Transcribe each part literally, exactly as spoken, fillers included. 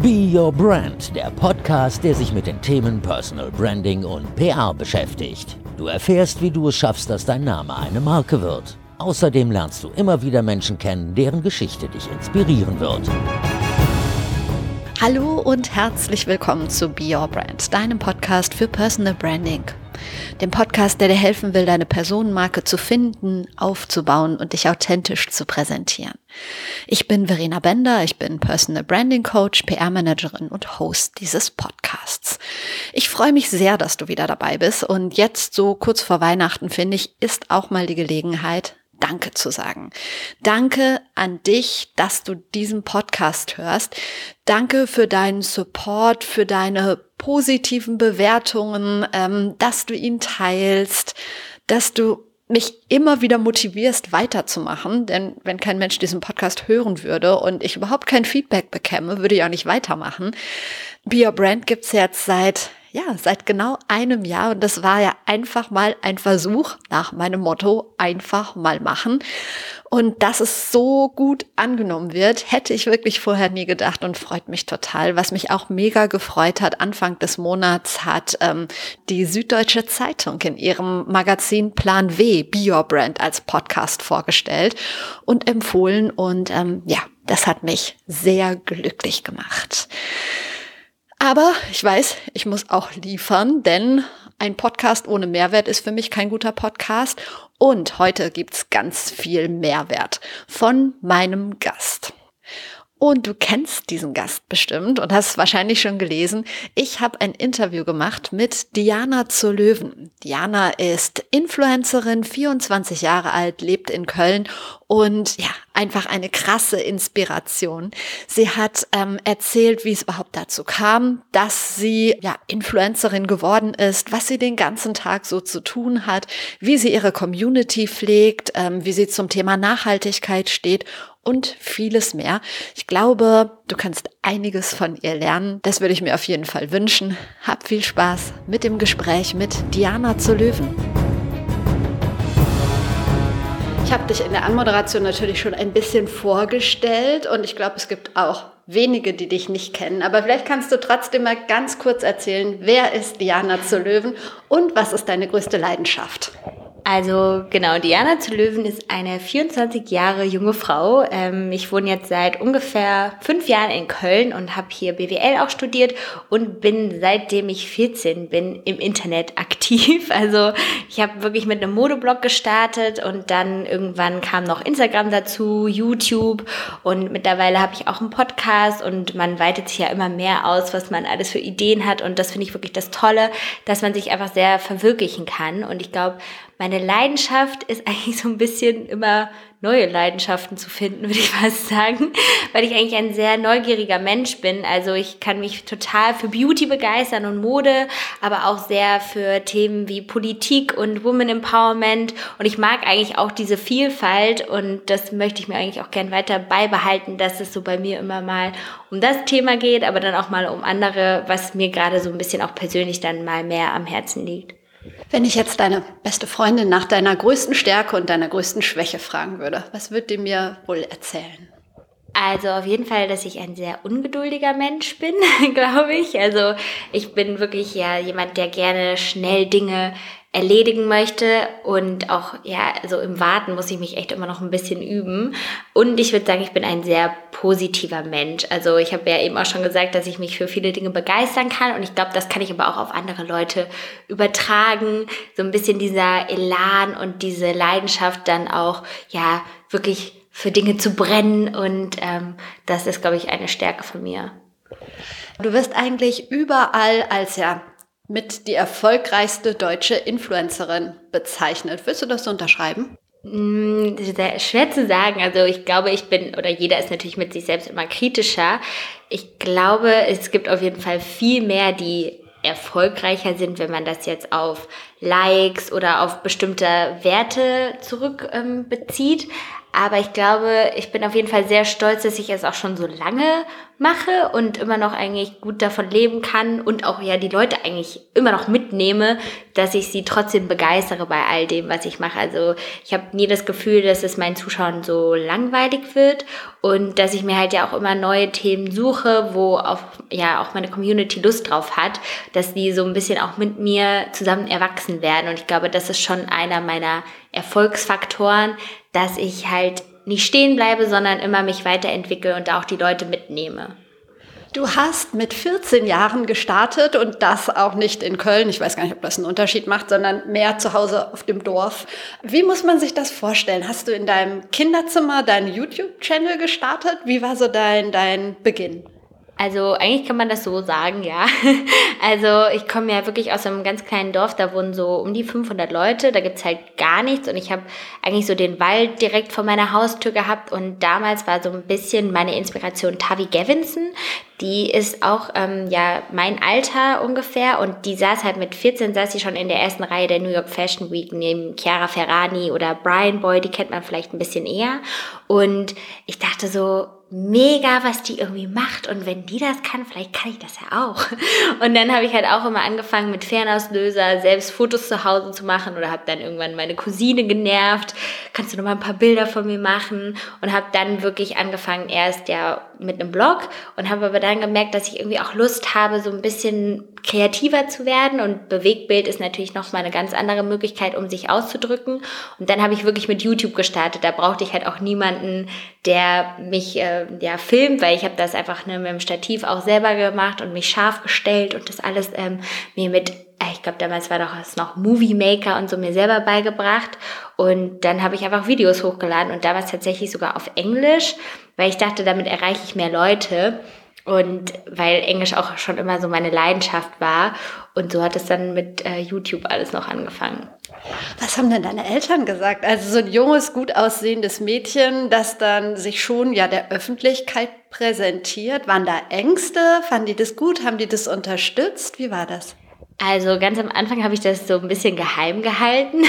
Be Your Brand, der Podcast, der sich mit den Themen Personal Branding und P R beschäftigt. Du erfährst, wie du es schaffst, dass dein Name eine Marke wird. Außerdem lernst du immer wieder Menschen kennen, deren Geschichte dich inspirieren wird. Hallo und herzlich willkommen zu Be Your Brand, deinem Podcast für Personal Branding. Dem Podcast, der dir helfen will, deine Personenmarke zu finden, aufzubauen und dich authentisch zu präsentieren. Ich bin Verena Bender, ich bin Personal Branding Coach, P R-Managerin und Host dieses Podcasts. Ich freue mich sehr, dass du wieder dabei bist und jetzt so kurz vor Weihnachten, finde ich, ist auch mal die Gelegenheit, Danke zu sagen. Danke an dich, dass du diesen Podcast hörst. Danke für deinen Support, für deine positiven Bewertungen, ähm, dass du ihn teilst, dass du mich immer wieder motivierst, weiterzumachen. Denn wenn kein Mensch diesen Podcast hören würde und ich überhaupt kein Feedback bekäme, würde ich auch nicht weitermachen. Be Your Brand gibt's jetzt seit Ja, seit genau einem Jahr und das war ja einfach mal ein Versuch nach meinem Motto, einfach mal machen. Und dass es so gut angenommen wird, hätte ich wirklich vorher nie gedacht und freut mich total. Was mich auch mega gefreut hat, Anfang des Monats hat ähm, die Süddeutsche Zeitung in ihrem Magazin Plan W Be Your Brand als Podcast vorgestellt und empfohlen und ähm, ja, das hat mich sehr glücklich gemacht. Aber ich weiß, ich muss auch liefern, denn ein Podcast ohne Mehrwert ist für mich kein guter Podcast. Und heute gibt's ganz viel Mehrwert von meinem Gast. Und du kennst diesen Gast bestimmt und hast es wahrscheinlich schon gelesen. Ich habe ein Interview gemacht mit Diana zur Löwen. Diana ist Influencerin, vierundzwanzig Jahre alt, lebt in Köln und ja, einfach eine krasse Inspiration. Sie hat ähm, erzählt, wie es überhaupt dazu kam, dass sie ja Influencerin geworden ist, was sie den ganzen Tag so zu tun hat, wie sie ihre Community pflegt, ähm, wie sie zum Thema Nachhaltigkeit steht und vieles mehr. Ich glaube, du kannst einiges von ihr lernen. Das würde ich mir auf jeden Fall wünschen. Hab viel Spaß mit dem Gespräch mit Diana zur Löwen. Ich habe dich in der Anmoderation natürlich schon ein bisschen vorgestellt und ich glaube, es gibt auch wenige, die dich nicht kennen. Aber vielleicht kannst du trotzdem mal ganz kurz erzählen, wer ist Diana zur Löwen und was ist deine größte Leidenschaft? Also genau, Diana zur Löwen ist eine vierundzwanzig Jahre junge Frau. Ähm, ich wohne jetzt seit ungefähr fünf Jahren in Köln und habe hier B W L auch studiert und bin seitdem ich vierzehn bin im Internet aktiv. Also ich habe wirklich mit einem Modeblog gestartet und dann irgendwann kam noch Instagram dazu, YouTube und mittlerweile habe ich auch einen Podcast und man weitet sich ja immer mehr aus, was man alles für Ideen hat und das finde ich wirklich das Tolle, dass man sich einfach sehr verwirklichen kann und ich glaube, meine Leidenschaft ist eigentlich so ein bisschen immer neue Leidenschaften zu finden, würde ich fast sagen, weil ich eigentlich ein sehr neugieriger Mensch bin. Also ich kann mich total für Beauty begeistern und Mode, aber auch sehr für Themen wie Politik und Women Empowerment und ich mag eigentlich auch diese Vielfalt und das möchte ich mir eigentlich auch gern weiter beibehalten, dass es so bei mir immer mal um das Thema geht, aber dann auch mal um andere, was mir gerade so ein bisschen auch persönlich dann mal mehr am Herzen liegt. Wenn ich jetzt deine beste Freundin nach deiner größten Stärke und deiner größten Schwäche fragen würde, was würdet ihr mir wohl erzählen? Also auf jeden Fall, dass ich ein sehr ungeduldiger Mensch bin, glaube ich. Also ich bin wirklich ja jemand, der gerne schnell Dinge erledigen möchte und auch, ja, so im Warten muss ich mich echt immer noch ein bisschen üben. Und ich würde sagen, ich bin ein sehr positiver Mensch. Also ich habe ja eben auch schon gesagt, dass ich mich für viele Dinge begeistern kann und ich glaube, das kann ich aber auch auf andere Leute übertragen. So ein bisschen dieser Elan und diese Leidenschaft dann auch, ja, wirklich für Dinge zu brennen und ähm, das ist, glaube ich, eine Stärke von mir. Du wirst eigentlich überall als ja mit die erfolgreichste deutsche Influencerin bezeichnet. Willst du das so unterschreiben? Sehr schwer zu sagen. Also ich glaube, ich bin, oder jeder ist natürlich mit sich selbst immer kritischer. Ich glaube, es gibt auf jeden Fall viel mehr, die erfolgreicher sind, wenn man das jetzt auf Likes oder auf bestimmte Werte zurück ähm, bezieht. Aber ich glaube, ich bin auf jeden Fall sehr stolz, dass ich es auch schon so lange mache und immer noch eigentlich gut davon leben kann und auch ja die Leute eigentlich immer noch mitnehme, dass ich sie trotzdem begeistere bei all dem, was ich mache. Also ich habe nie das Gefühl, dass es meinen Zuschauern so langweilig wird und dass ich mir halt ja auch immer neue Themen suche, wo auf, ja auch meine Community Lust drauf hat, dass die so ein bisschen auch mit mir zusammen erwachsen werden. Und ich glaube, das ist schon einer meiner Erfolgsfaktoren, dass ich halt nicht stehen bleibe, sondern immer mich weiterentwickle und auch die Leute mitnehme. Du hast mit vierzehn Jahren gestartet und das auch nicht in Köln. Ich weiß gar nicht, ob das einen Unterschied macht, sondern mehr zu Hause auf dem Dorf. Wie muss man sich das vorstellen? Hast du in deinem Kinderzimmer deinen YouTube-Channel gestartet? Wie war so dein, dein Beginn? Also eigentlich kann man das so sagen, ja. Also ich komme ja wirklich aus einem ganz kleinen Dorf, da wohnen so um die fünfhundert Leute, da gibt's halt gar nichts und ich habe eigentlich so den Wald direkt vor meiner Haustür gehabt und damals war so ein bisschen meine Inspiration Tavi Gevinson. Die ist auch ähm, ja mein Alter ungefähr und die saß halt mit vierzehn, saß sie schon in der ersten Reihe der New York Fashion Week neben Chiara Ferragni oder Brian Boy, die kennt man vielleicht ein bisschen eher. Und ich dachte so, mega, was die irgendwie macht und wenn die das kann, vielleicht kann ich das ja auch. Und dann habe ich halt auch immer angefangen mit Fernauslöser selbst Fotos zu Hause zu machen oder habe dann irgendwann meine Cousine genervt, kannst du noch mal ein paar Bilder von mir machen und habe dann wirklich angefangen erst ja mit einem Blog und habe aber dann gemerkt, dass ich irgendwie auch Lust habe, so ein bisschen kreativer zu werden und Bewegtbild ist natürlich noch mal eine ganz andere Möglichkeit, um sich auszudrücken und dann habe ich wirklich mit YouTube gestartet, da brauchte ich halt auch niemanden, der mich äh, ja filmt, weil ich habe das einfach ne, mit dem Stativ auch selber gemacht und mich scharf gestellt und das alles ähm, mir mit, ich glaube damals war doch es noch Movie Maker und so mir selber beigebracht und dann habe ich einfach Videos hochgeladen und damals tatsächlich sogar auf Englisch, weil ich dachte, damit erreiche ich mehr Leute und weil Englisch auch schon immer so meine Leidenschaft war und so hat es dann mit äh, YouTube alles noch angefangen. Was haben denn deine Eltern gesagt? Also so ein junges, gut aussehendes Mädchen, das dann sich schon ja der Öffentlichkeit präsentiert. Waren da Ängste? Fanden die das gut? Haben die das unterstützt? Wie war das? Also ganz am Anfang habe ich das so ein bisschen geheim gehalten.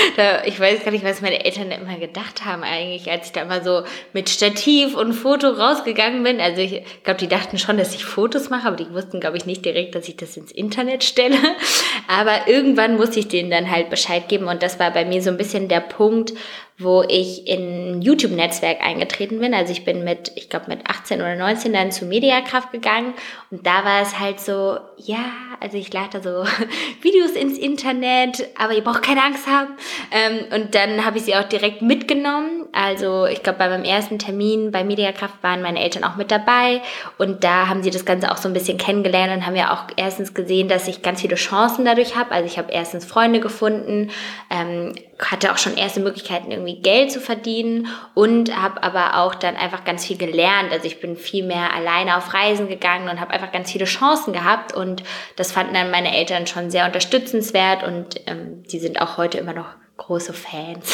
Ich weiß gar nicht, was meine Eltern immer gedacht haben eigentlich, als ich da mal so mit Stativ und Foto rausgegangen bin. Also ich glaube, die dachten schon, dass ich Fotos mache, aber die wussten, glaube ich, nicht direkt, dass ich das ins Internet stelle. Aber irgendwann musste ich denen dann halt Bescheid geben und das war bei mir so ein bisschen der Punkt, wo ich in ein YouTube-Netzwerk eingetreten bin. Also ich bin mit, ich glaube mit achtzehn oder neunzehn dann zu Mediakraft gegangen und da war es halt so, ja, also ich lade da so Videos ins Internet, aber ihr braucht keine Angst haben. Ähm, und dann habe ich sie auch direkt mitgenommen. Also ich glaube bei meinem ersten Termin bei Mediakraft waren meine Eltern auch mit dabei und da haben sie das Ganze auch so ein bisschen kennengelernt und haben ja auch erstens gesehen, dass ich ganz viele Chancen dadurch habe. Also ich habe erstens Freunde gefunden, ähm, hatte auch schon erste Möglichkeiten, irgendwie Geld zu verdienen und habe aber auch dann einfach ganz viel gelernt. Also ich bin viel mehr alleine auf Reisen gegangen und habe einfach ganz viele Chancen gehabt und das fanden dann meine Eltern schon sehr unterstützenswert und ähm, die sind auch heute immer noch große Fans.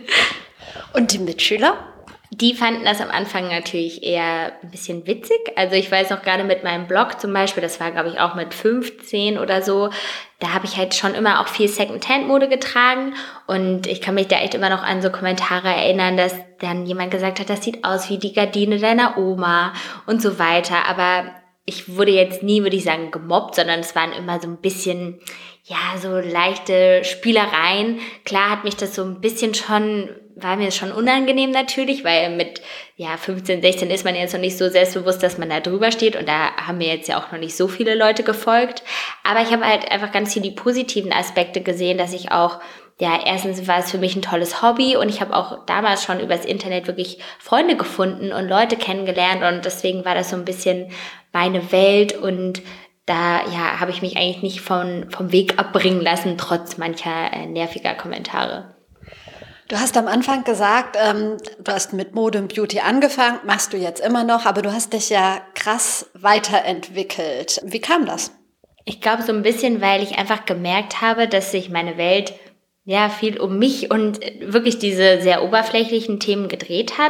Und die Mitschüler? Die fanden das am Anfang natürlich eher ein bisschen witzig. Also ich weiß noch gerade mit meinem Blog zum Beispiel, das war glaube ich auch mit fünfzehn oder so, da habe ich halt schon immer auch viel Second-Hand-Mode getragen und ich kann mich da echt immer noch an so Kommentare erinnern, dass dann jemand gesagt hat, das sieht aus wie die Gardine deiner Oma und so weiter. Aber ich wurde jetzt nie, würde ich sagen, gemobbt, sondern es waren immer so ein bisschen, ja, so leichte Spielereien. Klar hat mich das so ein bisschen schon, war mir schon unangenehm natürlich, weil mit ja fünfzehn, sechzehn ist man jetzt noch nicht so selbstbewusst, dass man da drüber steht und da haben mir jetzt ja auch noch nicht so viele Leute gefolgt. Aber ich habe halt einfach ganz viel die positiven Aspekte gesehen, dass ich auch, ja, erstens war es für mich ein tolles Hobby und ich habe auch damals schon übers Internet wirklich Freunde gefunden und Leute kennengelernt und deswegen war das so ein bisschen meine Welt und da ja habe ich mich eigentlich nicht von, vom Weg abbringen lassen, trotz mancher äh, nerviger Kommentare. Du hast am Anfang gesagt, ähm, du hast mit Mode und Beauty angefangen, machst du jetzt immer noch, aber du hast dich ja krass weiterentwickelt. Wie kam das? Ich glaube so ein bisschen, weil ich einfach gemerkt habe, dass sich meine Welt ja viel um mich und wirklich diese sehr oberflächlichen Themen gedreht hat.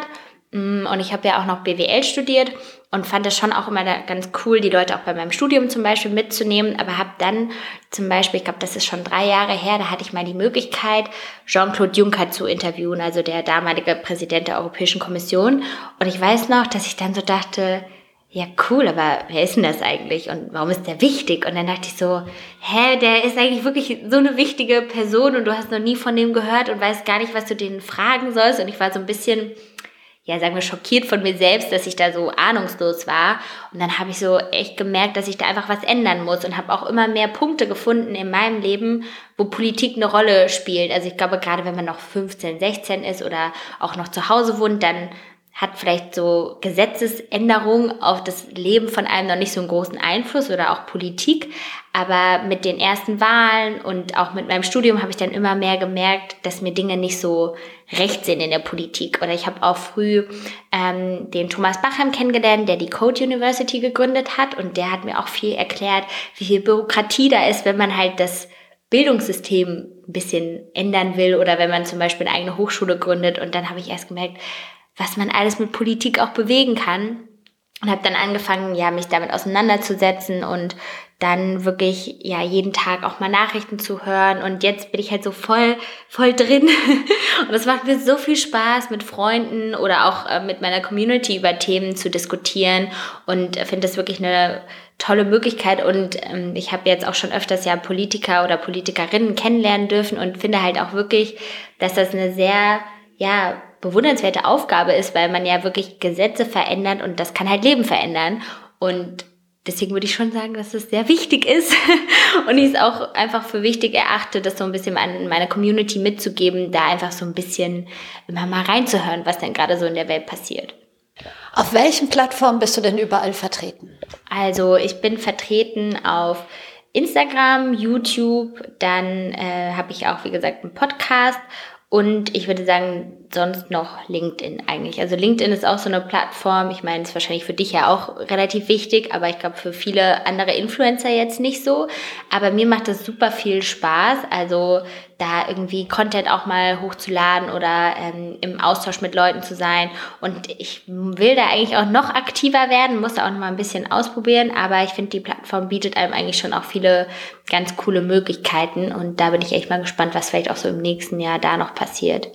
Und ich habe ja auch noch B W L studiert und fand das schon auch immer da ganz cool, die Leute auch bei meinem Studium zum Beispiel mitzunehmen. Aber habe dann zum Beispiel, ich glaube, das ist schon drei Jahre her, da hatte ich mal die Möglichkeit, Jean-Claude Juncker zu interviewen, also der damalige Präsident der Europäischen Kommission. Und ich weiß noch, dass ich dann so dachte, ja cool, aber wer ist denn das eigentlich und warum ist der wichtig? Und dann dachte ich so, hä, der ist eigentlich wirklich so eine wichtige Person und du hast noch nie von dem gehört und weißt gar nicht, was du denen fragen sollst. Und ich war so ein bisschen, ja, sagen wir, schockiert von mir selbst, dass ich da so ahnungslos war. Und dann habe ich so echt gemerkt, dass ich da einfach was ändern muss und habe auch immer mehr Punkte gefunden in meinem Leben, wo Politik eine Rolle spielt. Also ich glaube, gerade wenn man noch fünfzehn, sechzehn ist oder auch noch zu Hause wohnt, dann hat vielleicht so Gesetzesänderung auf das Leben von einem noch nicht so einen großen Einfluss oder auch Politik. Aber mit den ersten Wahlen und auch mit meinem Studium habe ich dann immer mehr gemerkt, dass mir Dinge nicht so recht sind in der Politik. Oder ich habe auch früh ähm, den Thomas Bachem kennengelernt, der die Code University gegründet hat. Und der hat mir auch viel erklärt, wie viel Bürokratie da ist, wenn man halt das Bildungssystem ein bisschen ändern will oder wenn man zum Beispiel eine eigene Hochschule gründet. Und dann habe ich erst gemerkt, was man alles mit Politik auch bewegen kann. Und habe dann angefangen, ja, mich damit auseinanderzusetzen und dann wirklich, ja, jeden Tag auch mal Nachrichten zu hören. Und jetzt bin ich halt so voll, voll drin. Und es macht mir so viel Spaß, mit Freunden oder auch äh, mit meiner Community über Themen zu diskutieren und äh, finde das wirklich eine tolle Möglichkeit. Und ähm, ich habe jetzt auch schon öfters ja Politiker oder Politikerinnen kennenlernen dürfen und finde halt auch wirklich, dass das eine sehr, ja, bewundernswerte Aufgabe ist, weil man ja wirklich Gesetze verändert und das kann halt Leben verändern. Und deswegen würde ich schon sagen, dass es sehr wichtig ist und ich es auch einfach für wichtig erachte, das so ein bisschen an meine Community mitzugeben, da einfach so ein bisschen immer mal reinzuhören, was denn gerade so in der Welt passiert. Auf welchen Plattformen bist du denn überall vertreten? Also ich bin vertreten auf Instagram, YouTube, dann äh, habe ich auch, wie gesagt, einen Podcast. Und ich würde sagen, sonst noch LinkedIn eigentlich. Also LinkedIn ist auch so eine Plattform, ich meine, ist wahrscheinlich für dich ja auch relativ wichtig, aber ich glaube für viele andere Influencer jetzt nicht so. Aber mir macht das super viel Spaß, also da irgendwie Content auch mal hochzuladen oder ähm, im Austausch mit Leuten zu sein. Und ich will da eigentlich auch noch aktiver werden, muss da auch noch mal ein bisschen ausprobieren, aber ich finde, die Plattform bietet einem eigentlich schon auch viele ganz coole Möglichkeiten und da bin ich echt mal gespannt, was vielleicht auch so im nächsten Jahr da noch passiert.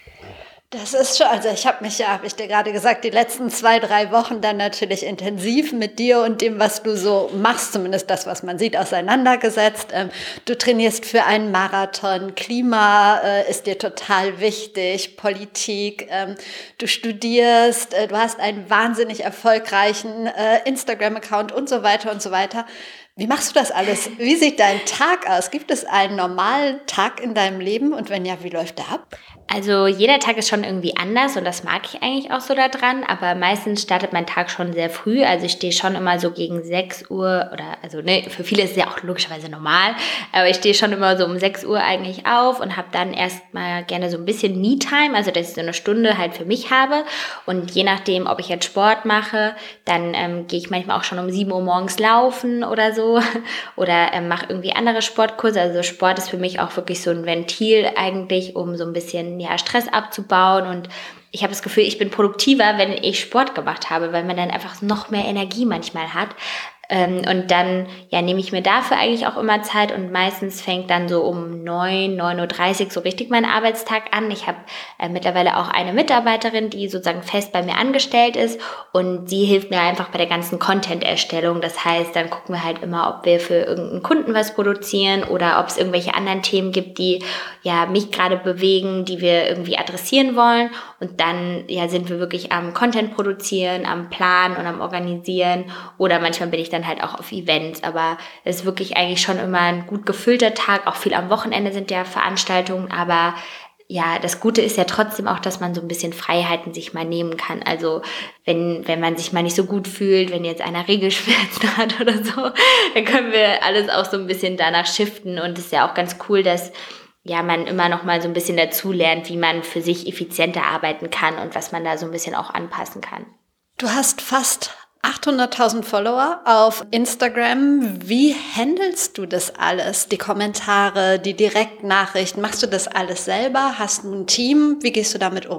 Das ist schon, also ich habe mich ja, habe ich dir gerade gesagt, die letzten zwei, drei Wochen dann natürlich intensiv mit dir und dem, was du so machst, zumindest das, was man sieht, auseinandergesetzt. Ähm, du trainierst für einen Marathon, Klima äh, ist dir total wichtig, Politik, ähm, du studierst, äh, du hast einen wahnsinnig erfolgreichen äh, Instagram-Account und so weiter und so weiter. Wie machst du das alles? Wie sieht dein Tag aus? Gibt es einen normalen Tag in deinem Leben und wenn ja, wie läuft der ab? Also jeder Tag ist schon irgendwie anders und das mag ich eigentlich auch so daran, aber meistens startet mein Tag schon sehr früh, also ich stehe schon immer so gegen sechs Uhr oder, also ne, für viele ist es ja auch logischerweise normal, aber ich stehe schon immer so um sechs Uhr eigentlich auf und habe dann erstmal gerne so ein bisschen Me-Time, also dass ich so eine Stunde halt für mich habe und je nachdem, ob ich jetzt Sport mache, dann ähm, gehe ich manchmal auch schon um sieben Uhr morgens laufen oder so oder ähm, mache irgendwie andere Sportkurse, also Sport ist für mich auch wirklich so ein Ventil eigentlich, um so ein bisschen ja, Stress abzubauen und ich habe das Gefühl, ich bin produktiver, wenn ich Sport gemacht habe, weil man dann einfach noch mehr Energie manchmal hat. Ähm, und dann ja, nehme ich mir dafür eigentlich auch immer Zeit und meistens fängt dann so um neun, neun Uhr dreißig so richtig mein Arbeitstag an. Ich habe äh, mittlerweile auch eine Mitarbeiterin, die sozusagen fest bei mir angestellt ist und sie hilft mir einfach bei der ganzen Content-Erstellung. Das heißt, dann gucken wir halt immer, ob wir für irgendeinen Kunden was produzieren oder ob es irgendwelche anderen Themen gibt, die ja mich gerade bewegen, die wir irgendwie adressieren wollen. Und dann ja, sind wir wirklich am Content produzieren, am Planen und am Organisieren oder manchmal bin ich dann halt auch auf Events, aber es ist wirklich eigentlich schon immer ein gut gefüllter Tag, auch viel am Wochenende sind ja Veranstaltungen, aber ja, das Gute ist ja trotzdem auch, dass man so ein bisschen Freiheiten sich mal nehmen kann, also wenn wenn man sich mal nicht so gut fühlt, wenn jetzt einer Regelschmerzen hat oder so, dann können wir alles auch so ein bisschen danach shiften und es ist ja auch ganz cool, dass ja, man immer noch mal so ein bisschen dazu lernt, wie man für sich effizienter arbeiten kann und was man da so ein bisschen auch anpassen kann. Du hast fast achthunderttausend Follower auf Instagram. Wie handelst du das alles? Die Kommentare, die Direktnachrichten, machst du das alles selber? Hast du ein Team? Wie gehst du damit um?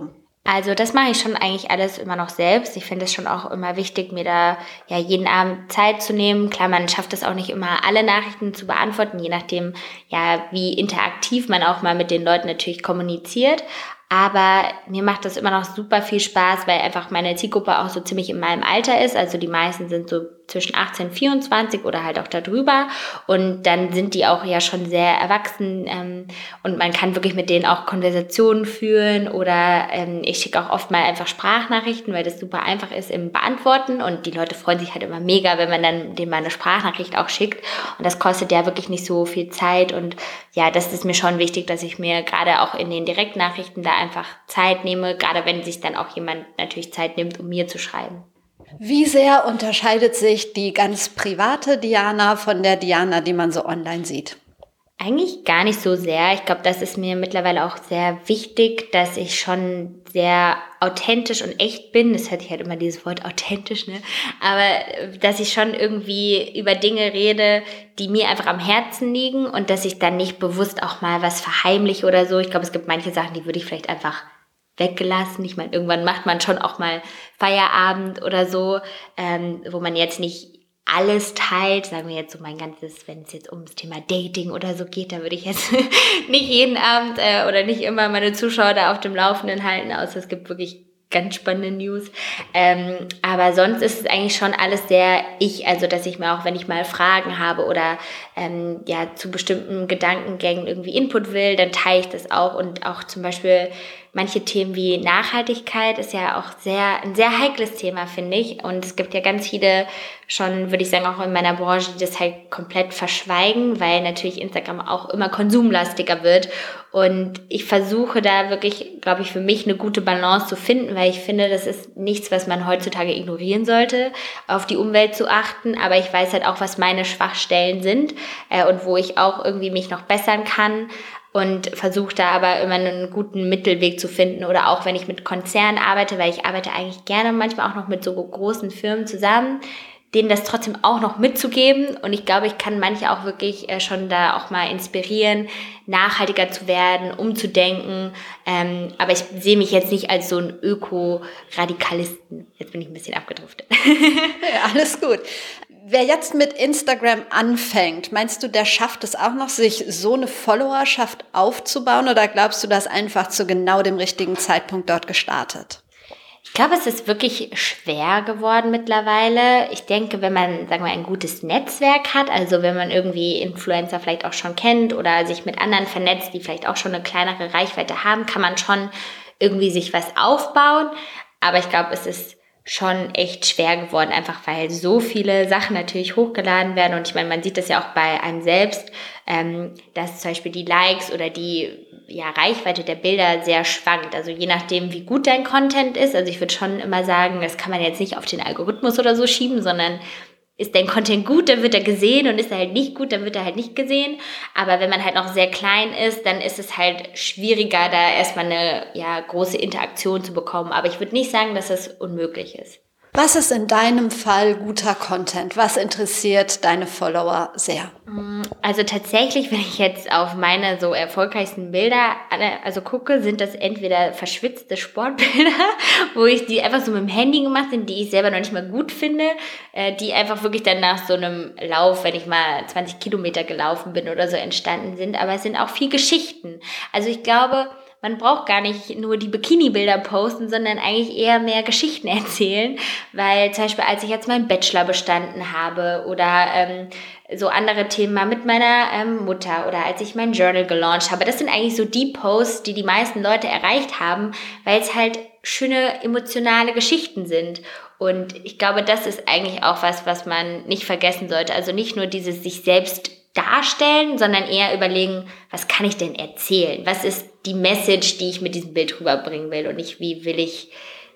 Also das mache ich schon eigentlich alles immer noch selbst. Ich finde es schon auch immer wichtig, mir da ja jeden Abend Zeit zu nehmen. Klar, man schafft es auch nicht immer, alle Nachrichten zu beantworten, je nachdem, ja, wie interaktiv man auch mal mit den Leuten natürlich kommuniziert. Aber mir macht das immer noch super viel Spaß, weil einfach meine Zielgruppe auch so ziemlich in meinem Alter ist. Also die meisten sind so zwischen achtzehn und vierundzwanzig oder halt auch darüber. Und dann sind die auch ja schon sehr erwachsen ähm, und man kann wirklich mit denen auch Konversationen führen oder ähm, ich schicke auch oft mal einfach Sprachnachrichten, weil das super einfach ist im Beantworten und die Leute freuen sich halt immer mega, wenn man dann denen mal eine Sprachnachricht auch schickt und das kostet ja wirklich nicht so viel Zeit und ja, das ist mir schon wichtig, dass ich mir gerade auch in den Direktnachrichten da einfach Zeit nehme, gerade wenn sich dann auch jemand natürlich Zeit nimmt, um mir zu schreiben. Wie sehr unterscheidet sich die ganz private Diana von der Diana, die man so online sieht? Eigentlich gar nicht so sehr. Ich glaube, das ist mir mittlerweile auch sehr wichtig, dass ich schon sehr authentisch und echt bin. Das hört sich halt immer dieses Wort authentisch, ne? Aber dass ich schon irgendwie über Dinge rede, die mir einfach am Herzen liegen und dass ich dann nicht bewusst auch mal was verheimliche oder so. Ich glaube, es gibt manche Sachen, die würde ich vielleicht einfach weggelassen. Ich meine, irgendwann macht man schon auch mal Feierabend oder so, ähm, wo man jetzt nicht alles teilt, sagen wir jetzt so mein ganzes, wenn es jetzt ums Thema Dating oder so geht, da würde ich jetzt nicht jeden Abend äh, oder nicht immer meine Zuschauer da auf dem Laufenden halten, außer es gibt wirklich ganz spannende News. Ähm, aber sonst ist es eigentlich schon alles sehr ich, also dass ich mir auch, wenn ich mal Fragen habe oder ähm, ja zu bestimmten Gedankengängen irgendwie Input will, dann teile ich das auch und auch zum Beispiel manche Themen wie Nachhaltigkeit ist ja auch sehr ein sehr heikles Thema, finde ich. Und es gibt ja ganz viele schon, würde ich sagen, auch in meiner Branche, die das halt komplett verschweigen, weil natürlich Instagram auch immer konsumlastiger wird. Und ich versuche da wirklich, glaube ich, für mich eine gute Balance zu finden, weil ich finde, das ist nichts, was man heutzutage ignorieren sollte, auf die Umwelt zu achten. Aber ich weiß halt auch, was meine Schwachstellen sind äh, und wo ich auch irgendwie mich noch bessern kann. Und versuche da aber immer einen guten Mittelweg zu finden oder auch wenn ich mit Konzernen arbeite, weil ich arbeite eigentlich gerne manchmal auch noch mit so großen Firmen zusammen, denen das trotzdem auch noch mitzugeben und ich glaube, ich kann manche auch wirklich äh, schon da auch mal inspirieren, nachhaltiger zu werden, umzudenken, ähm, aber ich sehe mich jetzt nicht als so ein Öko-Radikalisten. Jetzt bin ich ein bisschen abgedriftet. Ja, alles gut. Wer jetzt mit Instagram anfängt, meinst du, der schafft es auch noch, sich so eine Followerschaft aufzubauen oder glaubst du, dass einfach zu genau dem richtigen Zeitpunkt dort gestartet? Ich glaube, es ist wirklich schwer geworden mittlerweile. Ich denke, wenn man, sagen wir, ein gutes Netzwerk hat, also wenn man irgendwie Influencer vielleicht auch schon kennt oder sich mit anderen vernetzt, die vielleicht auch schon eine kleinere Reichweite haben, kann man schon irgendwie sich was aufbauen. Aber ich glaube, es ist schon echt schwer geworden, einfach weil so viele Sachen natürlich hochgeladen werden. Und ich meine, man sieht das ja auch bei einem selbst, ähm, dass zum Beispiel die Likes oder die ja, Reichweite der Bilder sehr schwankt. Also je nachdem, wie gut dein Content ist. Also ich würde schon immer sagen, das kann man jetzt nicht auf den Algorithmus oder so schieben, sondern ist dein Content gut, dann wird er gesehen und ist er halt nicht gut, dann wird er halt nicht gesehen. Aber wenn man halt noch sehr klein ist, dann ist es halt schwieriger, da erstmal eine ja, große Interaktion zu bekommen. Aber ich würde nicht sagen, dass das unmöglich ist. Was ist in deinem Fall guter Content? Was interessiert deine Follower sehr? Also tatsächlich, wenn ich jetzt auf meine so erfolgreichsten Bilder also gucke, sind das entweder verschwitzte Sportbilder, wo ich die einfach so mit dem Handy gemacht sind, die ich selber noch nicht mal gut finde, die einfach wirklich dann nach so einem Lauf, wenn ich mal zwanzig Kilometer gelaufen bin oder so, entstanden sind. Aber es sind auch viel Geschichten. Also ich glaube, man braucht gar nicht nur die Bikini-Bilder posten, sondern eigentlich eher mehr Geschichten erzählen, weil zum Beispiel, als ich jetzt meinen Bachelor bestanden habe oder ähm, so andere Themen mal mit meiner ähm, Mutter oder als ich mein Journal gelauncht habe, das sind eigentlich so die Posts, die die meisten Leute erreicht haben, weil es halt schöne emotionale Geschichten sind. Und ich glaube, das ist eigentlich auch was, was man nicht vergessen sollte. Also nicht nur dieses sich selbst darstellen, sondern eher überlegen, was kann ich denn erzählen? Was ist die Message, die ich mit diesem Bild rüberbringen will und nicht, wie will ich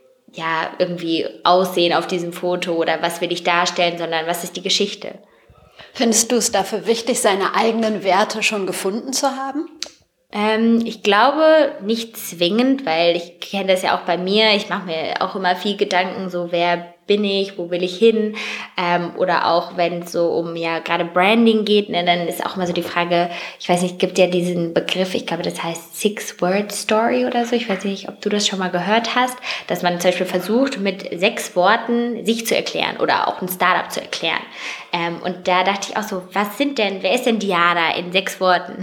ja irgendwie aussehen auf diesem Foto oder was will ich darstellen, sondern was ist die Geschichte? Findest du es dafür wichtig, seine eigenen Werte schon gefunden zu haben? Ähm, ich glaube nicht zwingend, weil ich kenne das ja auch bei mir. Ich mache mir auch immer viel Gedanken, so wer bin ich, wo will ich hin, ähm, oder auch wenn es so um ja gerade Branding geht, ne, dann ist auch immer so die Frage, ich weiß nicht, gibt ja diesen Begriff, ich glaube, das heißt Six-Word-Story oder so, ich weiß nicht, ob du das schon mal gehört hast, dass man zum Beispiel versucht, mit sechs Worten sich zu erklären oder auch ein Startup zu erklären. Ähm, und da dachte ich auch so, was sind denn, wer ist denn Diana in sechs Worten?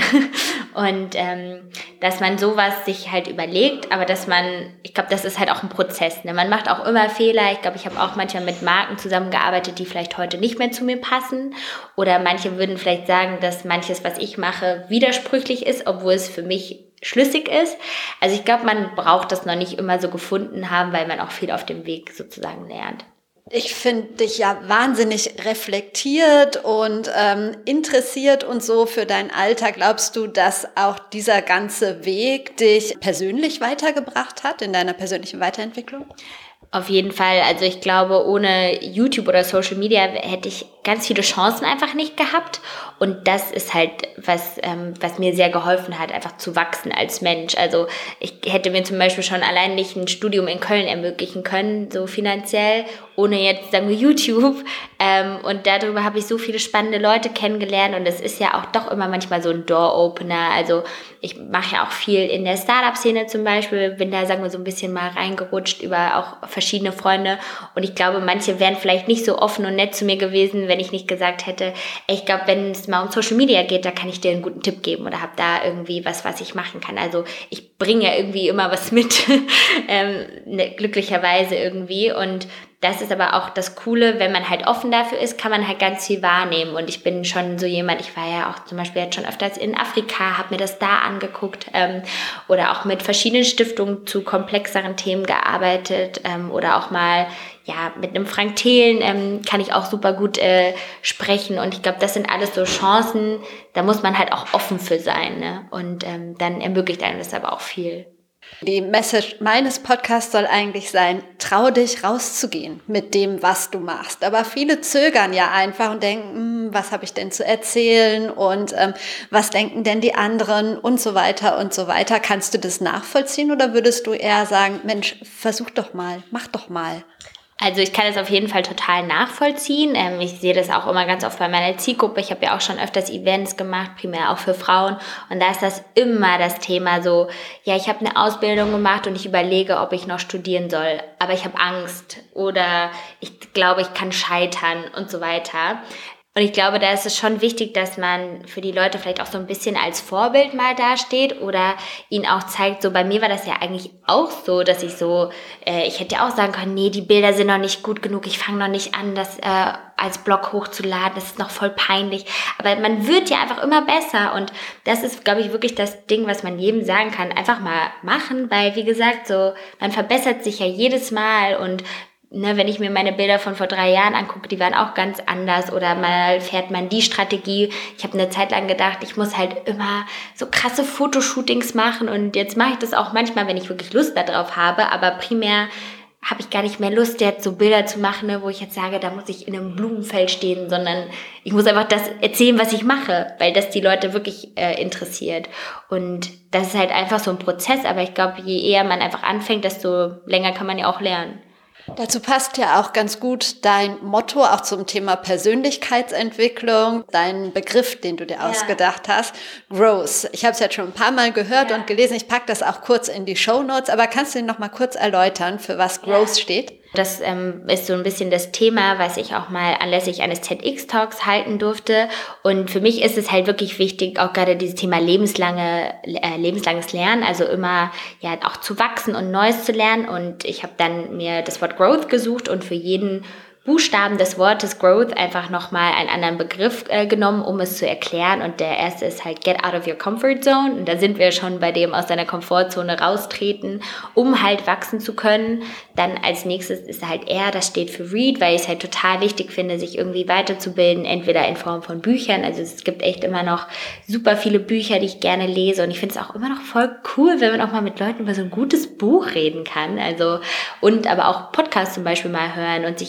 Und ähm, dass man sowas sich halt überlegt, aber dass man, ich glaube, das ist halt auch ein Prozess, ne? Man macht auch immer Fehler. Ich glaube, ich habe auch manchmal mit Marken zusammengearbeitet, die vielleicht heute nicht mehr zu mir passen. Oder manche würden vielleicht sagen, dass manches, was ich mache, widersprüchlich ist, obwohl es für mich schlüssig ist. Also ich glaube, man braucht das noch nicht immer so gefunden haben, weil man auch viel auf dem Weg sozusagen lernt. Ich finde dich ja wahnsinnig reflektiert und ähm, interessiert und so für dein Alter. Glaubst du, dass auch dieser ganze Weg dich persönlich weitergebracht hat in deiner persönlichen Weiterentwicklung? Auf jeden Fall. Also ich glaube, ohne YouTube oder Social Media hätte ich ganz viele Chancen einfach nicht gehabt. Und das ist halt was, ähm, was mir sehr geholfen hat, einfach zu wachsen als Mensch. Also ich hätte mir zum Beispiel schon allein nicht ein Studium in Köln ermöglichen können, so finanziell, ohne jetzt, sagen wir, YouTube. Ähm, und darüber habe ich so viele spannende Leute kennengelernt. Und es ist ja auch doch immer manchmal so ein Door-Opener. Also ich mache ja auch viel in der Startup-Szene zum Beispiel, bin da, sagen wir, so ein bisschen mal reingerutscht über auch verschiedene Freunde. Und ich glaube, manche wären vielleicht nicht so offen und nett zu mir gewesen, wenn ich nicht gesagt hätte, ey, ich glaube, wenn es mal um Social Media geht, da kann ich dir einen guten Tipp geben oder habe da irgendwie was, was ich machen kann. Also ich bringe ja irgendwie immer was mit, ähm, ne, glücklicherweise irgendwie. Und das ist aber auch das Coole, wenn man halt offen dafür ist, kann man halt ganz viel wahrnehmen. Und ich bin schon so jemand, ich war ja auch zum Beispiel jetzt schon öfters in Afrika, habe mir das da angeguckt ähm, oder auch mit verschiedenen Stiftungen zu komplexeren Themen gearbeitet ähm, oder auch mal ja mit einem Frank Thelen ähm, kann ich auch super gut äh, sprechen. Und ich glaube, das sind alles so Chancen, da muss man halt auch offen für sein, ne? Und ähm, dann ermöglicht einem das aber auch viel. Die Message meines Podcasts soll eigentlich sein, trau dich rauszugehen mit dem, was du machst. Aber viele zögern ja einfach und denken, was habe ich denn zu erzählen und ähm, was denken denn die anderen und so weiter und so weiter. Kannst du das nachvollziehen oder würdest du eher sagen, Mensch, versuch doch mal, mach doch mal? Also ich kann es auf jeden Fall total nachvollziehen. Ähm, ich sehe das auch immer ganz oft bei meiner Zielgruppe. Ich habe ja auch schon öfters Events gemacht, primär auch für Frauen. Und da ist das immer das Thema so, ja, ich habe eine Ausbildung gemacht und ich überlege, ob ich noch studieren soll. Aber ich habe Angst oder ich glaube, ich kann scheitern und so weiter. Und ich glaube, da ist es schon wichtig, dass man für die Leute vielleicht auch so ein bisschen als Vorbild mal dasteht oder ihnen auch zeigt, so bei mir war das ja eigentlich auch so, dass ich so, äh, ich hätte ja auch sagen können, nee, die Bilder sind noch nicht gut genug, ich fange noch nicht an, das äh, als Blog hochzuladen, das ist noch voll peinlich. Aber man wird ja einfach immer besser und das ist, glaube ich, wirklich das Ding, was man jedem sagen kann, einfach mal machen, weil, wie gesagt, so man verbessert sich ja jedes Mal und Ne, wenn ich mir meine Bilder von vor drei Jahren angucke, die waren auch ganz anders oder mal fährt man die Strategie. Ich habe eine Zeit lang gedacht, ich muss halt immer so krasse Fotoshootings machen und jetzt mache ich das auch manchmal, wenn ich wirklich Lust darauf habe, aber primär habe ich gar nicht mehr Lust, jetzt so Bilder zu machen, ne, wo ich jetzt sage, da muss ich in einem Blumenfeld stehen, sondern ich muss einfach das erzählen, was ich mache, weil das die Leute wirklich äh, interessiert. Und das ist halt einfach so ein Prozess, aber ich glaube, je eher man einfach anfängt, desto länger kann man ja auch lernen. Dazu passt ja auch ganz gut dein Motto, auch zum Thema Persönlichkeitsentwicklung, dein Begriff, den du dir ja. ausgedacht hast, Growth. Ich habe es jetzt schon ein paar Mal gehört ja. und gelesen, ich packe das auch kurz in die Shownotes, aber kannst du noch mal kurz erläutern, für was Growth ja. steht? Das ähm, ist so ein bisschen das Thema, was ich auch mal anlässlich eines TEDx-Talks halten durfte. Und für mich ist es halt wirklich wichtig, auch gerade dieses Thema lebenslange, äh, lebenslanges Lernen, also immer ja auch zu wachsen und Neues zu lernen. Und ich habe dann mir das Wort Growth gesucht und für jeden Buchstaben des Wortes Growth einfach nochmal einen anderen Begriff äh, genommen, um es zu erklären. Und der erste ist halt Get out of your comfort zone. Und da sind wir schon bei dem aus deiner Komfortzone raustreten, um halt wachsen zu können. Dann als nächstes ist halt R, das steht für Read, weil ich es halt total wichtig finde, sich irgendwie weiterzubilden, entweder in Form von Büchern. Also es gibt echt immer noch super viele Bücher, die ich gerne lese. Und ich finde es auch immer noch voll cool, wenn man auch mal mit Leuten über so ein gutes Buch reden kann. Also und aber auch Podcasts zum Beispiel mal hören und sich einfach immer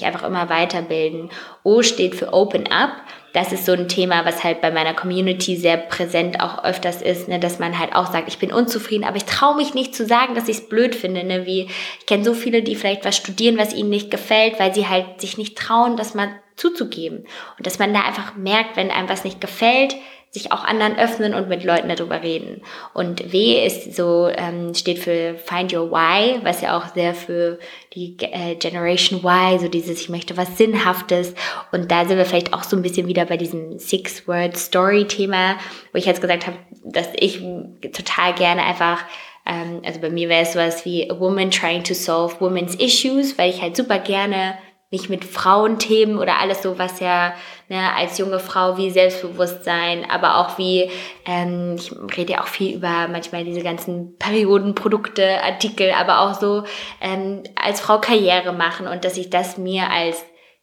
immer weiterbilden. O steht für Open Up. Das ist so ein Thema, was halt bei meiner Community sehr präsent auch öfters ist, ne, dass man halt auch sagt, ich bin unzufrieden, aber ich traue mich nicht zu sagen, dass ich es blöd finde. Ne, wie ich kenne so viele, die vielleicht was studieren, was ihnen nicht gefällt, weil sie halt sich nicht trauen, das mal zuzugeben. Und dass man da einfach merkt, wenn einem was nicht gefällt, sich auch anderen öffnen und mit Leuten darüber reden. Und W ist so, ähm, steht für Find Your Why, was ja auch sehr für die äh, Generation Y, so dieses, ich möchte was Sinnhaftes. Und da sind wir vielleicht auch so ein bisschen wieder bei diesem Six-Word-Story-Thema, wo ich jetzt gesagt habe, dass ich total gerne einfach, ähm, also bei mir wäre es sowas wie A Woman Trying to Solve Women's Issues, weil ich halt super gerne mich mit Frauenthemen oder alles so, was ja ne, als junge Frau wie Selbstbewusstsein, aber auch wie, ähm, ich rede ja auch viel über manchmal diese ganzen Periodenprodukte, Artikel, aber auch so ähm, als Frau Karriere machen und dass ich das mir als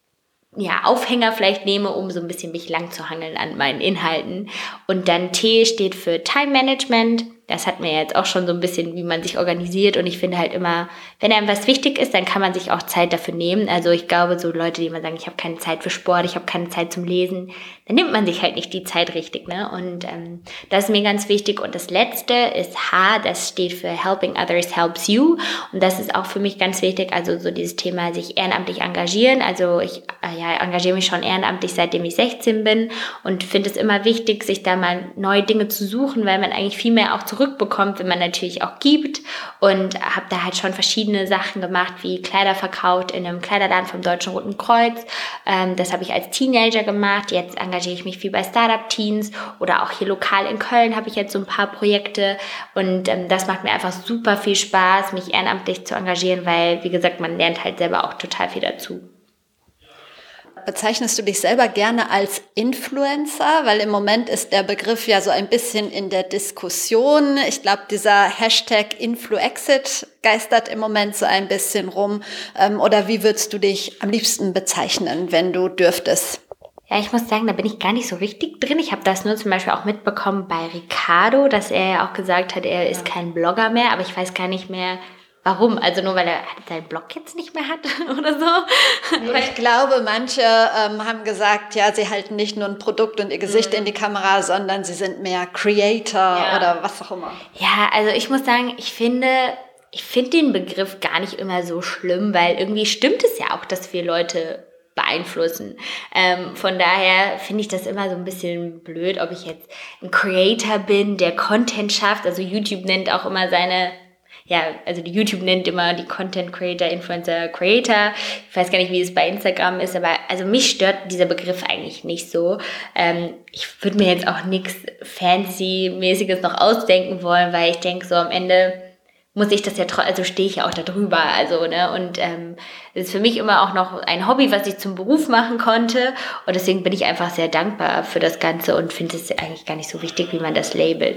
ja, Aufhänger vielleicht nehme, um so ein bisschen mich lang zu hangeln an meinen Inhalten. Und dann T steht für Time Management. Das hatten wir jetzt auch schon so ein bisschen, wie man sich organisiert. Und ich finde halt immer, wenn einem was wichtig ist, dann kann man sich auch Zeit dafür nehmen. Also ich glaube, so Leute, die immer sagen, ich habe keine Zeit für Sport, ich habe keine Zeit zum Lesen, dann nimmt man sich halt nicht die Zeit richtig, ne? Und ähm, das ist mir ganz wichtig. Und das Letzte ist H, das steht für Helping Others Helps You. Und das ist auch für mich ganz wichtig. Also so dieses Thema sich ehrenamtlich engagieren. Also ich äh, ja, engagiere mich schon ehrenamtlich, seitdem ich sechzehn bin und finde es immer wichtig, sich da mal neue Dinge zu suchen, weil man eigentlich viel mehr auch zurückbekommt, wenn man natürlich auch gibt, und habe da halt schon verschiedene Sachen gemacht, wie Kleider verkauft in einem Kleiderladen vom Deutschen Roten Kreuz. Ähm, das habe ich als Teenager gemacht. Jetzt engagiere ich mich viel bei Startup-Teens oder auch hier lokal in Köln habe ich jetzt so ein paar Projekte, und ähm, das macht mir einfach super viel Spaß, mich ehrenamtlich zu engagieren, weil, wie gesagt, man lernt halt selber auch total viel dazu. Bezeichnest du dich selber gerne als Influencer? Weil im Moment ist der Begriff ja so ein bisschen in der Diskussion. Ich glaube, dieser Hashtag InfluExit geistert im Moment so ein bisschen rum. Oder wie würdest du dich am liebsten bezeichnen, wenn du dürftest? Ja, ich muss sagen, da bin ich gar nicht so richtig drin. Ich habe das nur zum Beispiel auch mitbekommen bei Ricardo, dass er ja auch gesagt hat, er ist kein Blogger mehr, aber ich weiß gar nicht mehr, warum? Also nur, weil er seinen Blog jetzt nicht mehr hat oder so? Ich glaube, manche ähm, haben gesagt, ja, sie halten nicht nur ein Produkt und ihr Gesicht mhm. in die Kamera, sondern sie sind mehr Creator ja. oder was auch immer. Ja, also ich muss sagen, ich finde, ich finde den Begriff gar nicht immer so schlimm, weil irgendwie stimmt es ja auch, dass wir Leute beeinflussen. Ähm, von daher finde ich das immer so ein bisschen blöd, ob ich jetzt ein Creator bin, der Content schafft. Also YouTube nennt auch immer seine Ja, also die YouTube nennt immer die Content Creator, Influencer, Creator. Ich weiß gar nicht, wie es bei Instagram ist, aber also mich stört dieser Begriff eigentlich nicht so. Ähm, ich würde mir jetzt auch nichts Fancy-mäßiges noch ausdenken wollen, weil ich denke, so am Ende muss ich das ja, tro- also stehe ich ja auch da drüber, also, ne, und ähm, das ist für mich immer auch noch ein Hobby, was ich zum Beruf machen konnte, und deswegen bin ich einfach sehr dankbar für das Ganze und finde es eigentlich gar nicht so wichtig, wie man das labelt.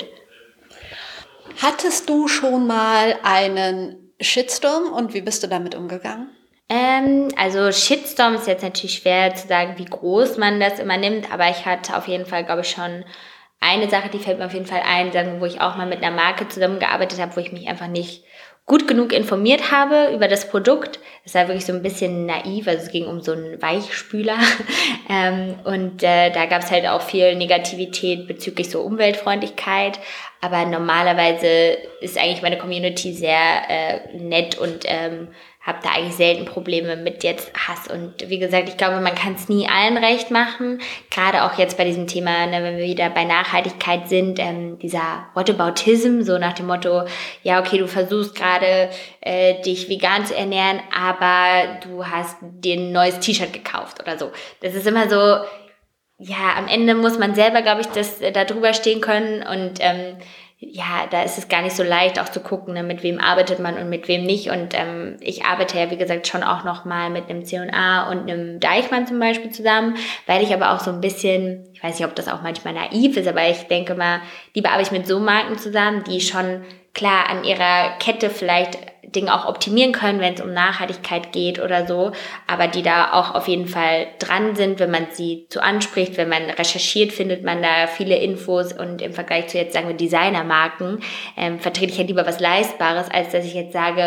Hattest du schon mal einen Shitstorm und wie bist du damit umgegangen? Ähm, also Shitstorm ist jetzt natürlich schwer zu sagen, wie groß man das immer nimmt, aber ich hatte auf jeden Fall, glaube ich, schon eine Sache, die fällt mir auf jeden Fall ein, sagen, wo ich auch mal mit einer Marke zusammengearbeitet habe, wo ich mich einfach nicht gut genug informiert habe über das Produkt. Das war wirklich so ein bisschen naiv, also es ging um so einen Weichspüler ähm, und äh, da gab es halt auch viel Negativität bezüglich so Umweltfreundlichkeit, aber normalerweise ist eigentlich meine Community sehr äh, nett und ähm, habe da eigentlich selten Probleme mit jetzt Hass. Und wie gesagt, ich glaube, man kann es nie allen recht machen. Gerade auch jetzt bei diesem Thema, ne, wenn wir wieder bei Nachhaltigkeit sind, ähm, dieser Whataboutism, so nach dem Motto, ja, okay, du versuchst gerade äh, dich vegan zu ernähren, aber du hast dir ein neues T-Shirt gekauft oder so. Das ist immer so, ja, am Ende muss man selber, glaube ich, das äh, da drüber stehen können, und ähm, ja, da ist es gar nicht so leicht auch zu gucken, ne, mit wem arbeitet man und mit wem nicht. Und ähm, ich arbeite ja, wie gesagt, schon auch noch mal mit einem C und A und einem Deichmann zum Beispiel zusammen, weil ich aber auch so ein bisschen, ich weiß nicht, ob das auch manchmal naiv ist, aber ich denke mal, lieber arbeite ich mit so Marken zusammen, die schon klar an ihrer Kette vielleicht Dinge auch optimieren können, wenn es um Nachhaltigkeit geht oder so, aber die da auch auf jeden Fall dran sind, wenn man sie zu anspricht, wenn man recherchiert, findet man da viele Infos, und im Vergleich zu jetzt, sagen wir, Designermarken, ähm, vertrete ich halt lieber was Leistbares, als dass ich jetzt sage,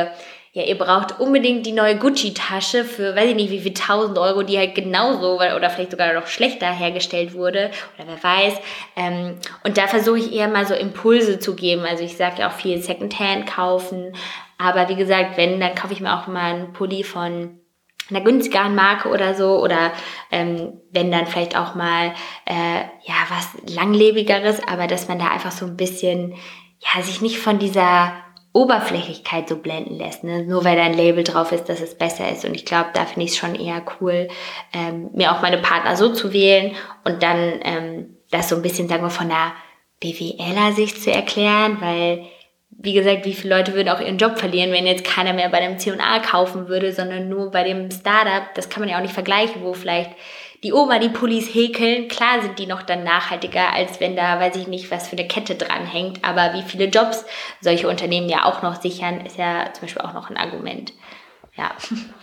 ja, ihr braucht unbedingt die neue Gucci-Tasche für, weiß ich nicht, wie viel tausend Euro, die halt genauso oder vielleicht sogar noch schlechter hergestellt wurde oder wer weiß. Ähm, und da versuche ich eher mal so Impulse zu geben. Also ich sage ja auch viel Secondhand kaufen. Aber wie gesagt, wenn, dann kaufe ich mir auch mal einen Pulli von einer günstigeren Marke oder so. Oder ähm, wenn dann vielleicht auch mal äh, ja was Langlebigeres. Aber dass man da einfach so ein bisschen, ja, sich nicht von dieser Oberflächlichkeit so blenden lässt, ne? Nur weil da ein Label drauf ist, dass es besser ist. Und ich glaube, da finde ich es schon eher cool, ähm, mir auch meine Partner so zu wählen und dann ähm, das so ein bisschen, sagen wir, von der B W L-Sicht zu erklären, weil, wie gesagt, wie viele Leute würden auch ihren Job verlieren, wenn jetzt keiner mehr bei dem C und A kaufen würde, sondern nur bei dem Startup. Das kann man ja auch nicht vergleichen, wo vielleicht die Oma die Pullis häkeln. Klar sind die noch dann nachhaltiger, als wenn da, weiß ich nicht, was für eine Kette dranhängt. Aber wie viele Jobs solche Unternehmen ja auch noch sichern, ist ja zum Beispiel auch noch ein Argument. Ja.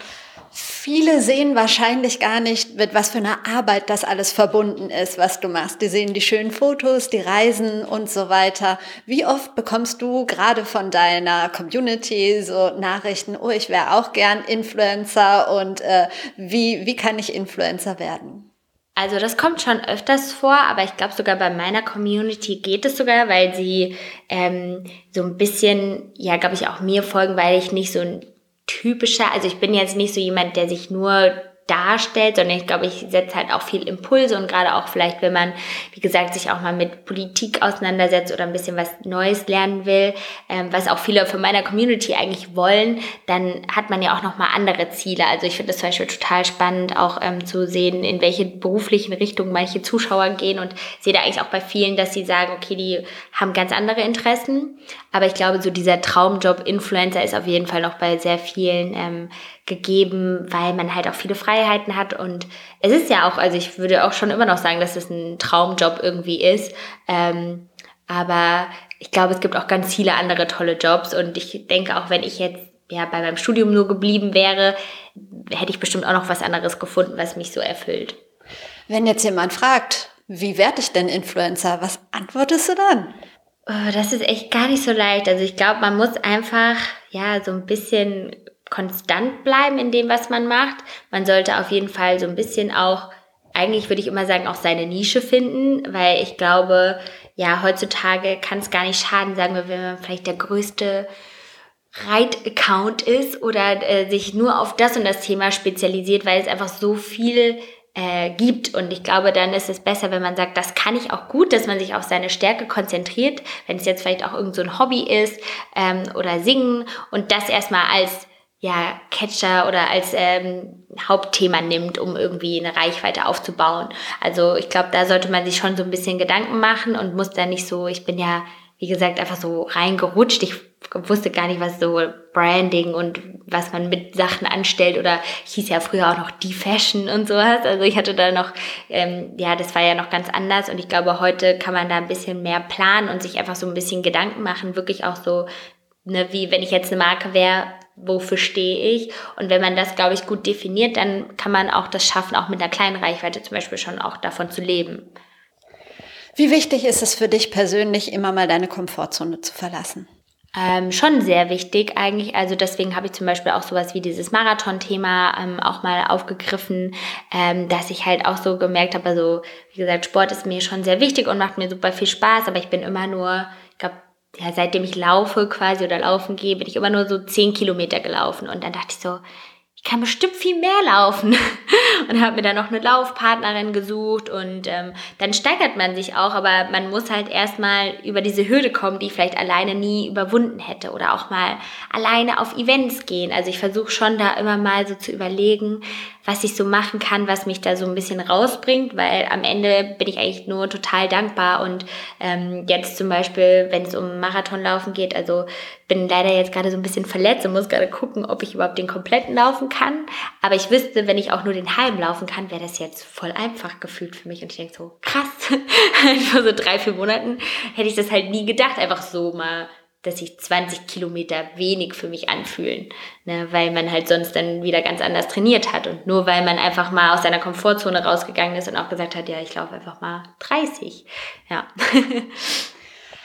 Viele sehen wahrscheinlich gar nicht, mit was für einer Arbeit das alles verbunden ist, was du machst. Die sehen die schönen Fotos, die Reisen und so weiter. Wie oft bekommst du gerade von deiner Community so Nachrichten, oh, ich wäre auch gern Influencer und äh, wie, wie kann ich Influencer werden? Also das kommt schon öfters vor, aber ich glaube sogar bei meiner Community geht es sogar, weil sie ähm, so ein bisschen, ja, glaube ich, auch mir folgen, weil ich nicht so ein typischer, also ich bin jetzt nicht so jemand, der sich nur darstellt, sondern ich glaube, ich setze halt auch viel Impulse und gerade auch vielleicht, wenn man, wie gesagt, sich auch mal mit Politik auseinandersetzt oder ein bisschen was Neues lernen will, ähm, was auch viele von meiner Community eigentlich wollen, dann hat man ja auch nochmal andere Ziele. Also ich finde das zum Beispiel total spannend, auch ähm, zu sehen, in welche beruflichen Richtungen manche Zuschauer gehen und sehe da eigentlich auch bei vielen, dass sie sagen, okay, die haben ganz andere Interessen, aber ich glaube, so dieser Traumjob Influencer ist auf jeden Fall noch bei sehr vielen ähm, gegeben, weil man halt auch viele Freiheiten hat und es ist ja auch, also ich würde auch schon immer noch sagen, dass es ein Traumjob irgendwie ist, ähm, aber ich glaube, es gibt auch ganz viele andere tolle Jobs und ich denke auch, wenn ich jetzt ja bei meinem Studium nur geblieben wäre, hätte ich bestimmt auch noch was anderes gefunden, was mich so erfüllt. Wenn jetzt jemand fragt, wie werde ich denn Influencer, was antwortest du dann? Oh, das ist echt gar nicht so leicht. Also ich glaube, man muss einfach ja so ein bisschen konstant bleiben in dem, was man macht. Man sollte auf jeden Fall so ein bisschen auch, eigentlich würde ich immer sagen, auch seine Nische finden, weil ich glaube, ja, heutzutage kann es gar nicht schaden, sagen wir, wenn man vielleicht der größte Reit-Account ist oder äh, sich nur auf das und das Thema spezialisiert, weil es einfach so viel äh, gibt und ich glaube, dann ist es besser, wenn man sagt, das kann ich auch gut, dass man sich auf seine Stärke konzentriert, wenn es jetzt vielleicht auch irgend so ein Hobby ist ähm, oder Singen und das erstmal als ja, Catcher oder als ähm, Hauptthema nimmt, um irgendwie eine Reichweite aufzubauen. Also ich glaube, da sollte man sich schon so ein bisschen Gedanken machen und muss da nicht so, ich bin ja, wie gesagt, einfach so reingerutscht. Ich wusste gar nicht, was so Branding und was man mit Sachen anstellt oder ich hieß ja früher auch noch die Fashion und sowas. Also ich hatte da noch, ähm, ja, das war ja noch ganz anders und ich glaube, heute kann man da ein bisschen mehr planen und sich einfach so ein bisschen Gedanken machen, wirklich auch so, ne, wie wenn ich jetzt eine Marke wäre, wofür stehe ich? Und wenn man das, glaube ich, gut definiert, dann kann man auch das schaffen, auch mit einer kleinen Reichweite zum Beispiel schon auch davon zu leben. Wie wichtig ist es für dich persönlich, immer mal deine Komfortzone zu verlassen? Ähm, schon sehr wichtig eigentlich, also deswegen habe ich zum Beispiel auch sowas wie dieses Marathon-Thema ähm, auch mal aufgegriffen, ähm, dass ich halt auch so gemerkt habe, also wie gesagt, Sport ist mir schon sehr wichtig und macht mir super viel Spaß, aber ich bin immer nur, ich glaube, ja, seitdem ich laufe quasi oder laufen gehe, bin ich immer nur so zehn Kilometer gelaufen und dann dachte ich so, ich kann bestimmt viel mehr laufen und habe mir dann noch eine Laufpartnerin gesucht und ähm, dann steigert man sich auch, aber man muss halt erstmal über diese Hürde kommen, die ich vielleicht alleine nie überwunden hätte oder auch mal alleine auf Events gehen. Also ich versuche schon da immer mal so zu überlegen, was ich so machen kann, was mich da so ein bisschen rausbringt, weil am Ende bin ich eigentlich nur total dankbar und ähm, jetzt zum Beispiel, wenn es um Marathonlaufen geht, also bin leider jetzt gerade so ein bisschen verletzt und muss gerade gucken, ob ich überhaupt den kompletten laufen kann, aber ich wüsste, wenn ich auch nur den halben laufen kann, wäre das jetzt voll einfach gefühlt für mich und ich denke so, krass, vor so drei, vier Monaten hätte ich das halt nie gedacht, einfach so mal, dass sich zwanzig Kilometer wenig für mich anfühlen, ne, weil man halt sonst dann wieder ganz anders trainiert hat und nur weil man einfach mal aus seiner Komfortzone rausgegangen ist und auch gesagt hat, ja, ich laufe einfach mal dreißig, ja.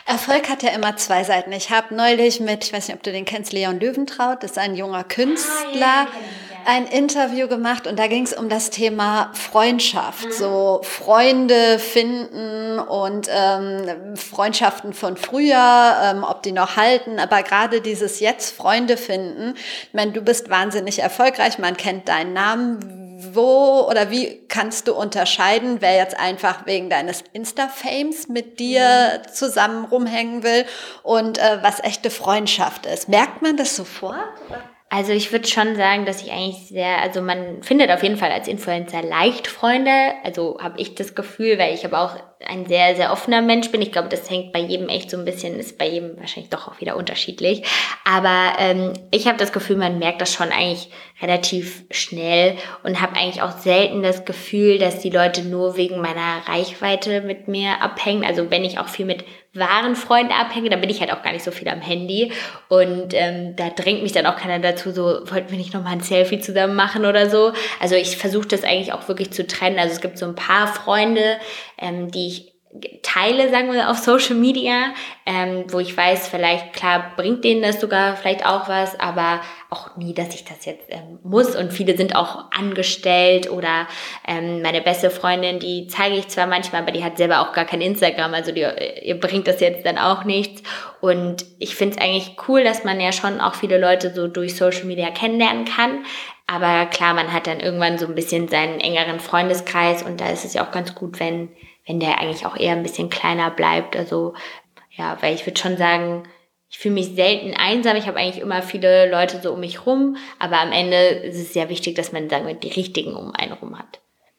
Erfolg hat ja immer zwei Seiten. Ich habe neulich mit, ich weiß nicht, ob du den kennst, Leon Löwentraut, das ist ein junger Künstler, ah, ja, ein Interview gemacht und da ging es um das Thema Freundschaft, mhm. so Freunde finden und ähm, Freundschaften von früher, ähm, ob die noch halten, aber gerade dieses jetzt Freunde finden. Ich meine, du bist wahnsinnig erfolgreich, man kennt deinen Namen. Wo oder wie kannst du unterscheiden, wer jetzt einfach wegen deines Insta-Fames mit dir zusammen rumhängen will und äh, was echte Freundschaft ist? Merkt man das sofort? Also ich würde schon sagen, dass ich eigentlich sehr, also man findet auf jeden Fall als Influencer leicht Freunde, also habe ich das Gefühl, weil ich aber auch ein sehr, sehr offener Mensch bin. Ich glaube, das hängt bei jedem echt so ein bisschen, ist bei jedem wahrscheinlich doch auch wieder unterschiedlich. Aber ähm, ich habe das Gefühl, man merkt das schon eigentlich relativ schnell und habe eigentlich auch selten das Gefühl, dass die Leute nur wegen meiner Reichweite mit mir abhängen. Also wenn ich auch viel mit wahren Freunden abhänge, dann bin ich halt auch gar nicht so viel am Handy. Und ähm, da drängt mich dann auch keiner dazu, so, wollten wir nicht nochmal ein Selfie zusammen machen oder so. Also ich versuche das eigentlich auch wirklich zu trennen. Also es gibt so ein paar Freunde, ähm, die ich teile, sagen wir, auf Social Media, ähm, wo ich weiß, vielleicht, klar, bringt denen das sogar vielleicht auch was, aber auch nie, dass ich das jetzt ähm, muss. Und viele sind auch angestellt oder ähm, meine beste Freundin, die zeige ich zwar manchmal, aber die hat selber auch gar kein Instagram, also die, ihr bringt das jetzt dann auch nichts. Und ich finde es eigentlich cool, dass man ja schon auch viele Leute so durch Social Media kennenlernen kann. Aber klar, man hat dann irgendwann so ein bisschen seinen engeren Freundeskreis und da ist es ja auch ganz gut, wenn wenn der eigentlich auch eher ein bisschen kleiner bleibt. Also ja, weil ich würde schon sagen, ich fühle mich selten einsam. Ich habe eigentlich immer viele Leute so um mich rum, aber am Ende ist es sehr wichtig, dass man, sagen wir, die richtigen um einen rum hat.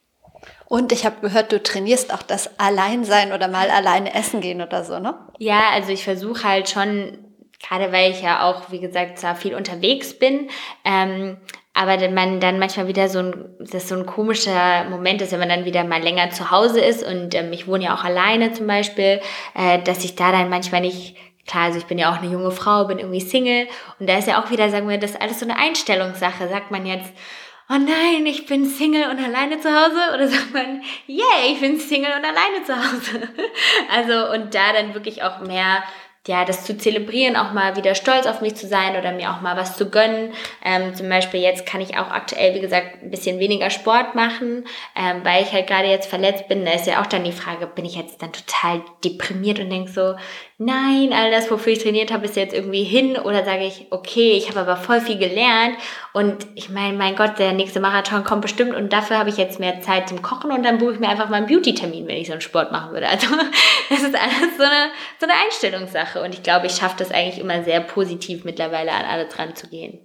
Und ich habe gehört, du trainierst auch das Alleinsein oder mal alleine essen gehen oder so, ne? Ja, also ich versuche halt schon, gerade weil ich ja auch, wie gesagt, zwar viel unterwegs bin, ähm, aber wenn man dann manchmal wieder so ein, das so ein komischer Moment ist, wenn man dann wieder mal länger zu Hause ist und ähm, ich wohne ja auch alleine zum Beispiel, äh, dass ich da dann manchmal nicht, klar, also ich bin ja auch eine junge Frau, bin irgendwie Single und da ist ja auch wieder, sagen wir, das ist alles so eine Einstellungssache. Sagt man jetzt, oh nein, ich bin Single und alleine zu Hause oder sagt man, yeah, ich bin Single und alleine zu Hause. Also und da dann wirklich auch mehr ja, das zu zelebrieren, auch mal wieder stolz auf mich zu sein oder mir auch mal was zu gönnen. Ähm, zum Beispiel jetzt kann ich auch aktuell, wie gesagt, ein bisschen weniger Sport machen, ähm, weil ich halt gerade jetzt verletzt bin. Da ist ja auch dann die Frage, bin ich jetzt dann total deprimiert und denke so, nein, all das, wofür ich trainiert habe, ist jetzt irgendwie hin, oder sage ich, okay, ich habe aber voll viel gelernt und ich meine, mein Gott, der nächste Marathon kommt bestimmt und dafür habe ich jetzt mehr Zeit zum Kochen und dann buche ich mir einfach mal einen Beauty-Termin, wenn ich so einen Sport machen würde. Also das ist alles so eine, so eine Einstellungssache und ich glaube, ich schaffe das eigentlich immer sehr positiv mittlerweile an alles ranzugehen.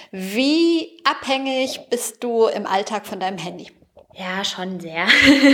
Wie abhängig bist du im Alltag von deinem Handy? Ja, schon sehr.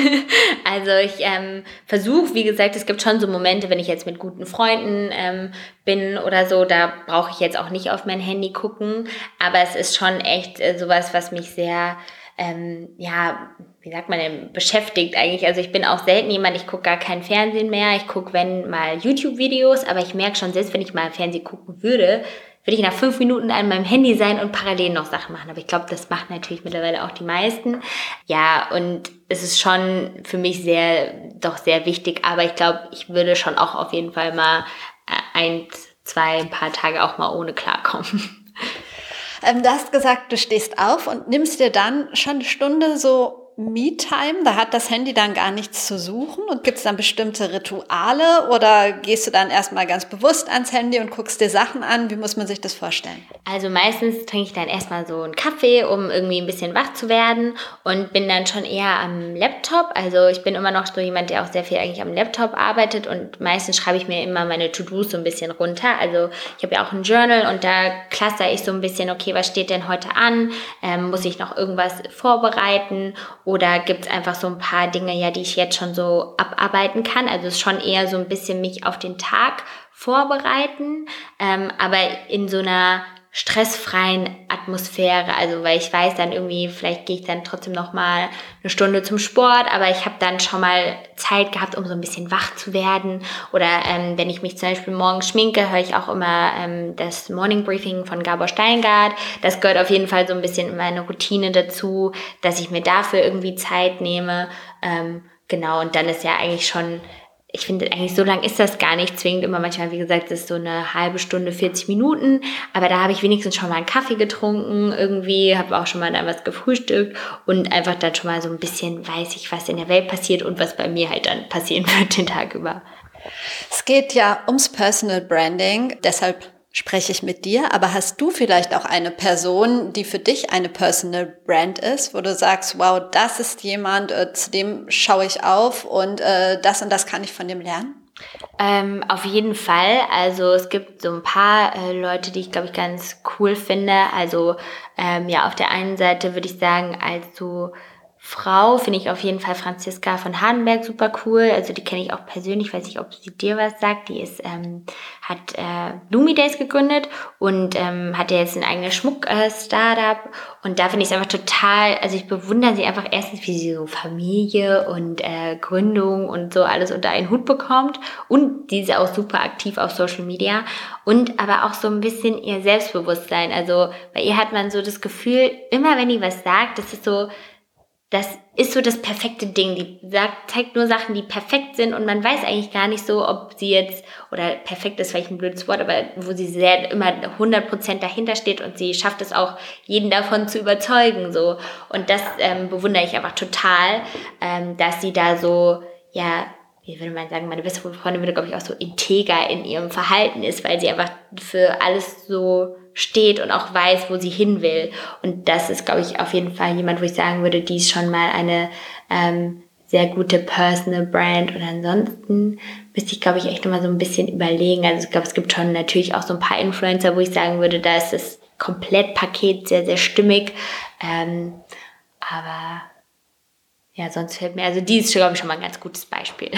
Also ich ähm, versuche, wie gesagt, es gibt schon so Momente, wenn ich jetzt mit guten Freunden ähm, bin oder so, da brauche ich jetzt auch nicht auf mein Handy gucken, aber es ist schon echt äh, sowas, was mich sehr, ähm, ja, wie sagt man denn, beschäftigt eigentlich. Also ich bin auch selten jemand, ich gucke gar kein Fernsehen mehr, ich gucke, wenn mal YouTube-Videos, aber ich merke schon, selbst wenn ich mal Fernsehen gucken würde, würde ich nach fünf Minuten an meinem Handy sein und parallel noch Sachen machen. Aber ich glaube, das machen natürlich mittlerweile auch die meisten. Ja, und es ist schon für mich sehr, doch sehr wichtig. Aber ich glaube, ich würde schon auch auf jeden Fall mal ein, zwei, ein paar Tage auch mal ohne klarkommen. Ähm, du hast gesagt, du stehst auf und nimmst dir dann schon eine Stunde so Me-Time, da hat das Handy dann gar nichts zu suchen und gibt es dann bestimmte Rituale oder gehst du dann erstmal ganz bewusst ans Handy und guckst dir Sachen an? Wie muss man sich das vorstellen? Also meistens trinke ich dann erstmal so einen Kaffee, um irgendwie ein bisschen wach zu werden und bin dann schon eher am Laptop. Also ich bin immer noch so jemand, der auch sehr viel eigentlich am Laptop arbeitet und meistens schreibe ich mir immer meine To-Dos so ein bisschen runter. Also ich habe ja auch ein Journal und da cluster ich so ein bisschen, okay, was steht denn heute an? Ähm, muss ich noch irgendwas vorbereiten? Oder gibt es einfach so ein paar Dinge, ja, die ich jetzt schon so abarbeiten kann? Also es ist schon eher so ein bisschen mich auf den Tag vorbereiten, ähm, aber in so einer stressfreien Atmosphäre, also weil ich weiß dann irgendwie, vielleicht gehe ich dann trotzdem noch mal eine Stunde zum Sport, aber ich habe dann schon mal Zeit gehabt, um so ein bisschen wach zu werden oder ähm, wenn ich mich zum Beispiel morgens schminke, höre ich auch immer ähm, das Morning Briefing von Gabor Steingart. Das gehört auf jeden Fall so ein bisschen in meine Routine dazu, dass ich mir dafür irgendwie Zeit nehme, ähm, genau, und dann ist ja eigentlich schon ich finde eigentlich so lang ist das gar nicht zwingend immer. Manchmal, wie gesagt, das ist so eine halbe Stunde, vierzig Minuten. Aber da habe ich wenigstens schon mal einen Kaffee getrunken irgendwie, habe auch schon mal dann was gefrühstückt und einfach dann schon mal so ein bisschen weiß ich, was in der Welt passiert und was bei mir halt dann passieren wird den Tag über. Es geht ja ums Personal Branding, deshalb spreche ich mit dir, aber hast du vielleicht auch eine Person, die für dich eine Personal Brand ist, wo du sagst, wow, das ist jemand, äh, zu dem schaue ich auf und äh, das und das kann ich von dem lernen? Ähm, auf jeden Fall. Also es gibt so ein paar äh, Leute, die ich, glaube ich, ganz cool finde. Also ähm, ja, auf der einen Seite würde ich sagen, als so Frau finde ich auf jeden Fall Franziska von Hardenberg super cool. Also die kenne ich auch persönlich, weiß nicht, ob sie dir was sagt. Die ist ähm, hat äh, Lumi Days gegründet und ähm, hat ja jetzt ein eigenes Schmuck-Startup. Äh, und da finde ich es einfach total, also ich bewundere sie einfach erstens, wie sie so Familie und äh, Gründung und so alles unter einen Hut bekommt. Und sie ist auch super aktiv auf Social Media. Und aber auch so ein bisschen ihr Selbstbewusstsein. Also bei ihr hat man so das Gefühl, immer wenn die was sagt, das ist so, das ist so das perfekte Ding. Die sagt, zeigt nur Sachen, die perfekt sind und man weiß eigentlich gar nicht so, ob sie jetzt, oder perfekt ist vielleicht ein blödes Wort, aber wo sie sehr immer hundert Prozent dahinter steht und sie schafft es auch, jeden davon zu überzeugen, so. Und das ähm, bewundere ich einfach total, ähm, dass sie da so, ja, wie würde man sagen, meine beste Freundin würde, glaube ich, auch so integer in ihrem Verhalten ist, weil sie einfach für alles so steht und auch weiß, wo sie hin will. Und das ist, glaube ich, auf jeden Fall jemand, wo ich sagen würde, die ist schon mal eine ähm, sehr gute Personal Brand. Und ansonsten müsste ich, glaube ich, echt immer so ein bisschen überlegen. Also ich glaube, es gibt schon natürlich auch so ein paar Influencer, wo ich sagen würde, da ist das Komplettpaket sehr, sehr stimmig. Ähm, aber ja, sonst fällt mir, also die ist, glaube ich, schon mal ein ganz gutes Beispiel.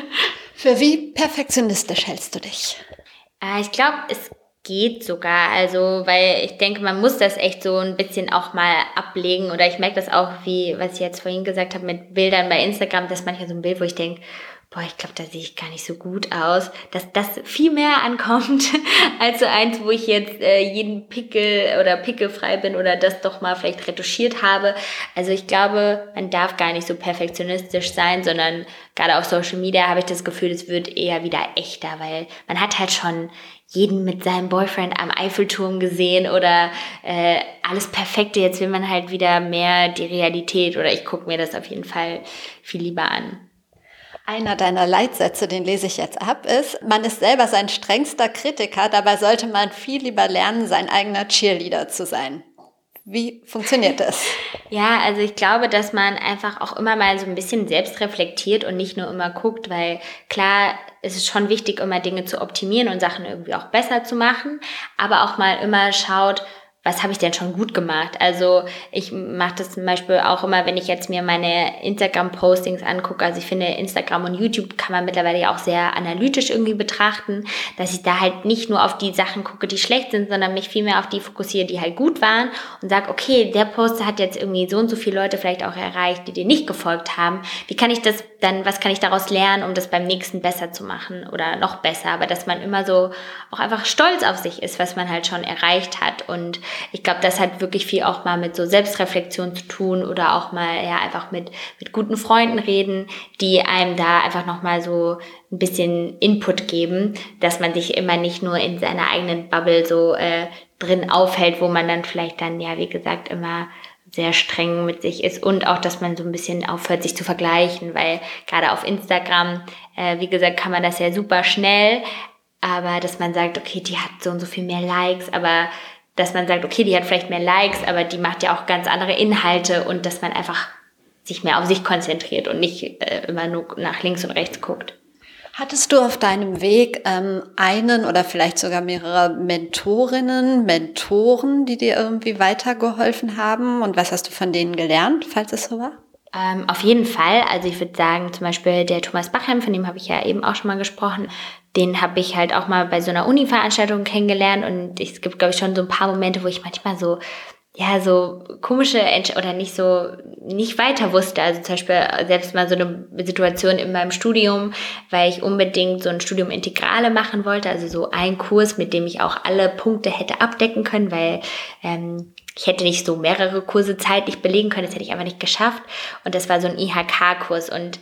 Für wie perfektionistisch hältst du dich? Äh, ich glaube, es geht sogar, also, weil ich denke, man muss das echt so ein bisschen auch mal ablegen oder ich merke das auch, wie, was ich jetzt vorhin gesagt habe mit Bildern bei Instagram, das ist manchmal so ein Bild, wo ich denke, boah, ich glaube, da sehe ich gar nicht so gut aus, dass das viel mehr ankommt als so eins, wo ich jetzt äh, jeden Pickel oder pickelfrei bin oder das doch mal vielleicht retuschiert habe. Also ich glaube, man darf gar nicht so perfektionistisch sein, sondern gerade auf Social Media habe ich das Gefühl, es wird eher wieder echter, weil man hat halt schon jeden mit seinem Boyfriend am Eiffelturm gesehen oder äh, alles Perfekte. Jetzt will man halt wieder mehr die Realität oder ich gucke mir das auf jeden Fall viel lieber an. Einer deiner Leitsätze, den lese ich jetzt ab, ist, man ist selber sein strengster Kritiker, dabei sollte man viel lieber lernen, sein eigener Cheerleader zu sein. Wie funktioniert das? Ja, also ich glaube, dass man einfach auch immer mal so ein bisschen selbst reflektiert und nicht nur immer guckt, weil klar, es ist schon wichtig, immer Dinge zu optimieren und Sachen irgendwie auch besser zu machen, aber auch mal immer schaut, was habe ich denn schon gut gemacht? Also ich mache das zum Beispiel auch immer, wenn ich jetzt mir meine Instagram-Postings angucke. Also ich finde, Instagram und YouTube kann man mittlerweile ja auch sehr analytisch irgendwie betrachten, dass ich da halt nicht nur auf die Sachen gucke, die schlecht sind, sondern mich viel mehr auf die fokussiere, die halt gut waren und sage, okay, der Post hat jetzt irgendwie so und so viele Leute vielleicht auch erreicht, die dir nicht gefolgt haben. Wie kann ich das dann, was kann ich daraus lernen, um das beim nächsten besser zu machen oder noch besser? Aber dass man immer so auch einfach stolz auf sich ist, was man halt schon erreicht hat. Und ich glaube, das hat wirklich viel auch mal mit so Selbstreflexion zu tun oder auch mal ja einfach mit mit guten Freunden reden, die einem da einfach nochmal so ein bisschen Input geben, dass man sich immer nicht nur in seiner eigenen Bubble so äh, drin aufhält, wo man dann vielleicht dann, ja, wie gesagt, immer sehr streng mit sich ist und auch, dass man so ein bisschen aufhört, sich zu vergleichen, weil gerade auf Instagram, äh, wie gesagt, kann man das ja super schnell, aber dass man sagt, okay, die hat so und so viel mehr Likes, aber dass man sagt, okay, die hat vielleicht mehr Likes, aber die macht ja auch ganz andere Inhalte und dass man einfach sich mehr auf sich konzentriert und nicht äh, immer nur nach links und rechts guckt. Hattest du auf deinem Weg ähm, einen oder vielleicht sogar mehrere Mentorinnen, Mentoren, die dir irgendwie weitergeholfen haben? Und was hast du von denen gelernt, falls es so war? Ähm, auf jeden Fall. Also ich würde sagen, zum Beispiel der Thomas Bachheim, von dem habe ich ja eben auch schon mal gesprochen, den habe ich halt auch mal bei so einer Uni-Veranstaltung kennengelernt und es gibt, glaube ich, schon so ein paar Momente, wo ich manchmal so, ja, so komische Entsch- oder nicht so, nicht weiter wusste. Also zum Beispiel selbst mal so eine Situation in meinem Studium, weil ich unbedingt so ein Studium Integrale machen wollte, also so ein Kurs, mit dem ich auch alle Punkte hätte abdecken können, weil ähm, ich hätte nicht so mehrere Kurse zeitlich belegen können, das hätte ich einfach nicht geschafft. Und das war so ein I H K-Kurs und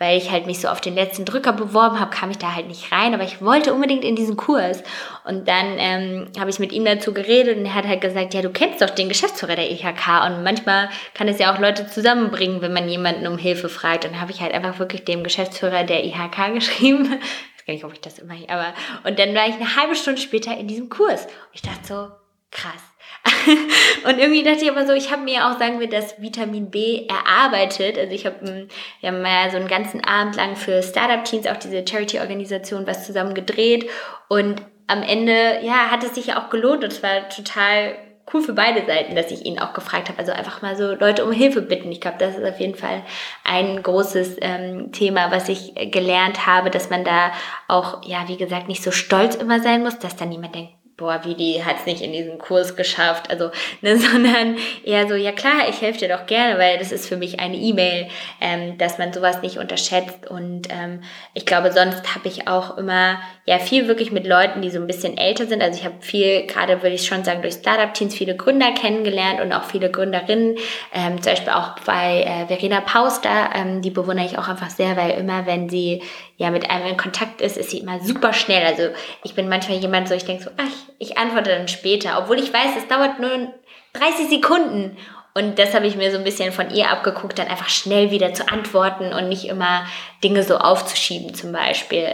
weil ich halt mich so auf den letzten Drücker beworben habe, kam ich da halt nicht rein, aber ich wollte unbedingt in diesen Kurs. Und dann ähm, habe ich mit ihm dazu geredet und er hat halt gesagt, ja, du kennst doch den Geschäftsführer der I H K und manchmal kann es ja auch Leute zusammenbringen, wenn man jemanden um Hilfe fragt. Und dann habe ich halt einfach wirklich dem Geschäftsführer der I H K geschrieben. Ich weiß gar nicht, ob ich das immer, aber und dann war ich eine halbe Stunde später in diesem Kurs. Und ich dachte so, krass. Und irgendwie dachte ich aber so, ich habe mir auch, sagen wir, das Vitamin B erarbeitet. Also ich habe, wir haben ja so einen ganzen Abend lang für Startup-Teams, auch diese Charity-Organisation, was zusammen gedreht. Und am Ende, ja, hat es sich ja auch gelohnt und es war total cool für beide Seiten, dass ich ihn auch gefragt habe. Also einfach mal so Leute um Hilfe bitten. Ich glaube, das ist auf jeden Fall ein großes ähm, Thema, was ich gelernt habe, dass man da auch, ja, wie gesagt, nicht so stolz immer sein muss, dass dann niemand denkt, boah, wie die hat es nicht in diesen Kurs geschafft, also, ne, sondern eher so, ja klar, ich helfe dir doch gerne, weil das ist für mich eine E-Mail, ähm, dass man sowas nicht unterschätzt und ähm, ich glaube, sonst habe ich auch immer, ja, viel wirklich mit Leuten, die so ein bisschen älter sind, also ich habe viel, gerade würde ich schon sagen, durch Startup-Teams viele Gründer kennengelernt und auch viele Gründerinnen, ähm, zum Beispiel auch bei äh, Verena Pauster, ähm, die bewundere ich auch einfach sehr, weil immer, wenn sie ja mit einem in Kontakt ist, ist sie immer super schnell, also ich bin manchmal jemand so, ich denke so, ach, ich antworte dann später, obwohl ich weiß, es dauert nur dreißig Sekunden. Und das habe ich mir so ein bisschen von ihr abgeguckt, dann einfach schnell wieder zu antworten und nicht immer Dinge so aufzuschieben zum Beispiel.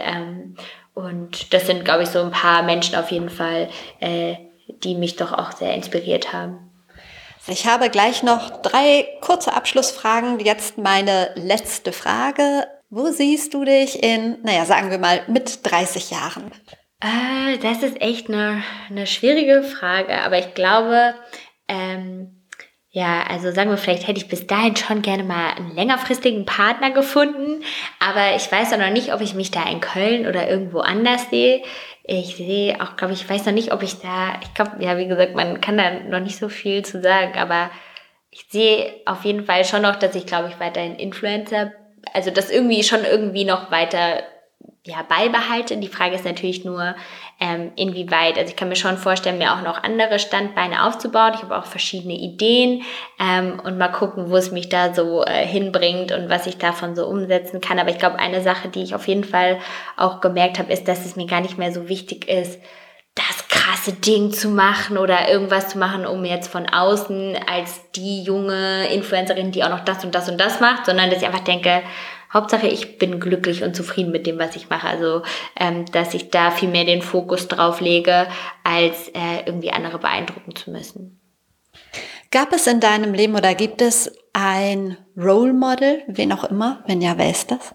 Und das sind, glaube ich, so ein paar Menschen auf jeden Fall, die mich doch auch sehr inspiriert haben. Ich habe gleich noch drei kurze Abschlussfragen. Jetzt meine letzte Frage. Wo siehst du dich in, naja, sagen wir mal, mit dreißig Jahren? Äh, das ist echt eine, eine schwierige Frage, aber ich glaube, ähm, ja, also sagen wir, vielleicht hätte ich bis dahin schon gerne mal einen längerfristigen Partner gefunden, aber ich weiß auch noch nicht, ob ich mich da in Köln oder irgendwo anders sehe. Ich sehe auch, glaube ich, ich weiß noch nicht, ob ich da, ich glaube, ja, wie gesagt, man kann da noch nicht so viel zu sagen, aber ich sehe auf jeden Fall schon noch, dass ich, glaube ich, weiterhin Influencer, also das irgendwie schon irgendwie noch weiter ja, beibehalte. Die Frage ist natürlich nur, ähm, inwieweit. Also ich kann mir schon vorstellen, mir auch noch andere Standbeine aufzubauen. Ich habe auch verschiedene Ideen ähm, und mal gucken, wo es mich da so äh, hinbringt und was ich davon so umsetzen kann. Aber ich glaube, eine Sache, die ich auf jeden Fall auch gemerkt habe, ist, dass es mir gar nicht mehr so wichtig ist, das krasse Ding zu machen oder irgendwas zu machen, um jetzt von außen als die junge Influencerin, die auch noch das und das und das macht, sondern dass ich einfach denke, Hauptsache, ich bin glücklich und zufrieden mit dem, was ich mache. Also, ähm, dass ich da viel mehr den Fokus drauf lege, als äh, irgendwie andere beeindrucken zu müssen. Gab es in deinem Leben oder gibt es ein Role Model, wen auch immer? Wenn ja, wer ist das?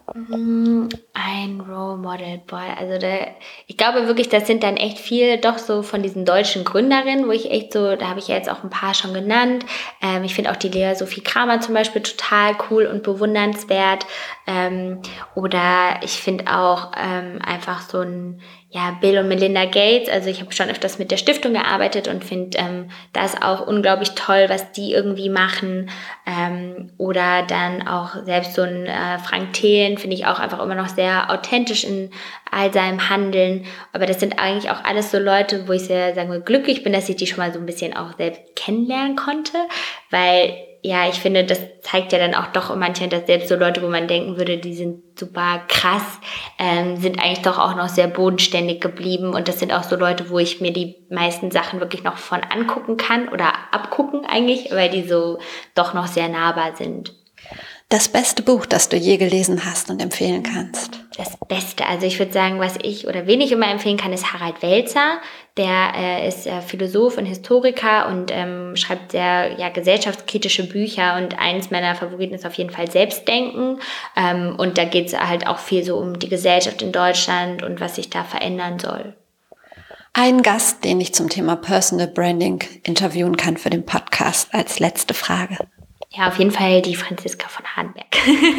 Ein Role Model, boah, also da, ich glaube wirklich, das sind dann echt viel doch so von diesen deutschen Gründerinnen, wo ich echt so, da habe ich ja jetzt auch ein paar schon genannt. Ähm, ich finde auch die Lea Sophie Kramer zum Beispiel total cool und bewundernswert. Ähm, oder ich finde auch ähm, einfach so ein ja, Bill und Melinda Gates, also ich habe schon öfters mit der Stiftung gearbeitet und finde ähm, das auch unglaublich toll, was die irgendwie machen. Ähm, oder dann auch selbst so ein äh, Frank Thelen finde ich auch einfach immer noch sehr authentisch in all seinem Handeln. Aber das sind eigentlich auch alles so Leute, wo ich sehr, sagen wir, glücklich bin, dass ich die schon mal so ein bisschen auch selbst kennenlernen konnte, weil ja, ich finde, das zeigt ja dann auch doch manchmal, dass selbst so Leute, wo man denken würde, die sind super krass, ähm, sind eigentlich doch auch noch sehr bodenständig geblieben. Und das sind auch so Leute, wo ich mir die meisten Sachen wirklich noch von angucken kann oder abgucken eigentlich, weil die so doch noch sehr nahbar sind. Das beste Buch, das du je gelesen hast und empfehlen kannst? Das Beste, also ich würde sagen, was ich oder wen ich immer empfehlen kann, ist Harald Welzer. Der äh, ist äh, Philosoph und Historiker und ähm, schreibt sehr ja, gesellschaftskritische Bücher und eins meiner Favoriten ist auf jeden Fall Selbstdenken. Ähm, und da geht es halt auch viel so um die Gesellschaft in Deutschland und was sich da verändern soll. Ein Gast, den ich zum Thema Personal Branding interviewen kann für den Podcast als letzte Frage. Ja, auf jeden Fall die Franziska von Hahnberg.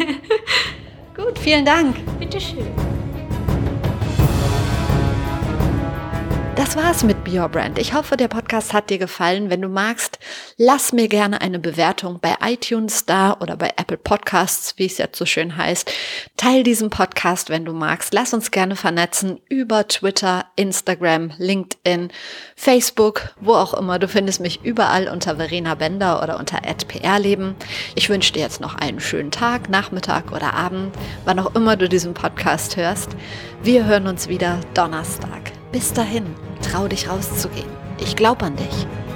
Gut, vielen Dank. Bitteschön. Das war's mit Be Your Brand. Ich hoffe, der Podcast hat dir gefallen. Wenn du magst, lass mir gerne eine Bewertung bei iTunes da oder bei Apple Podcasts, wie es jetzt so schön heißt. Teil diesen Podcast, wenn du magst. Lass uns gerne vernetzen über Twitter, Instagram, LinkedIn, Facebook, wo auch immer. Du findest mich überall unter Verena Bender oder unter at prleben. Ich wünsche dir jetzt noch einen schönen Tag, Nachmittag oder Abend, wann auch immer du diesen Podcast hörst. Wir hören uns wieder Donnerstag. Bis dahin, trau dich rauszugehen. Ich glaube an dich.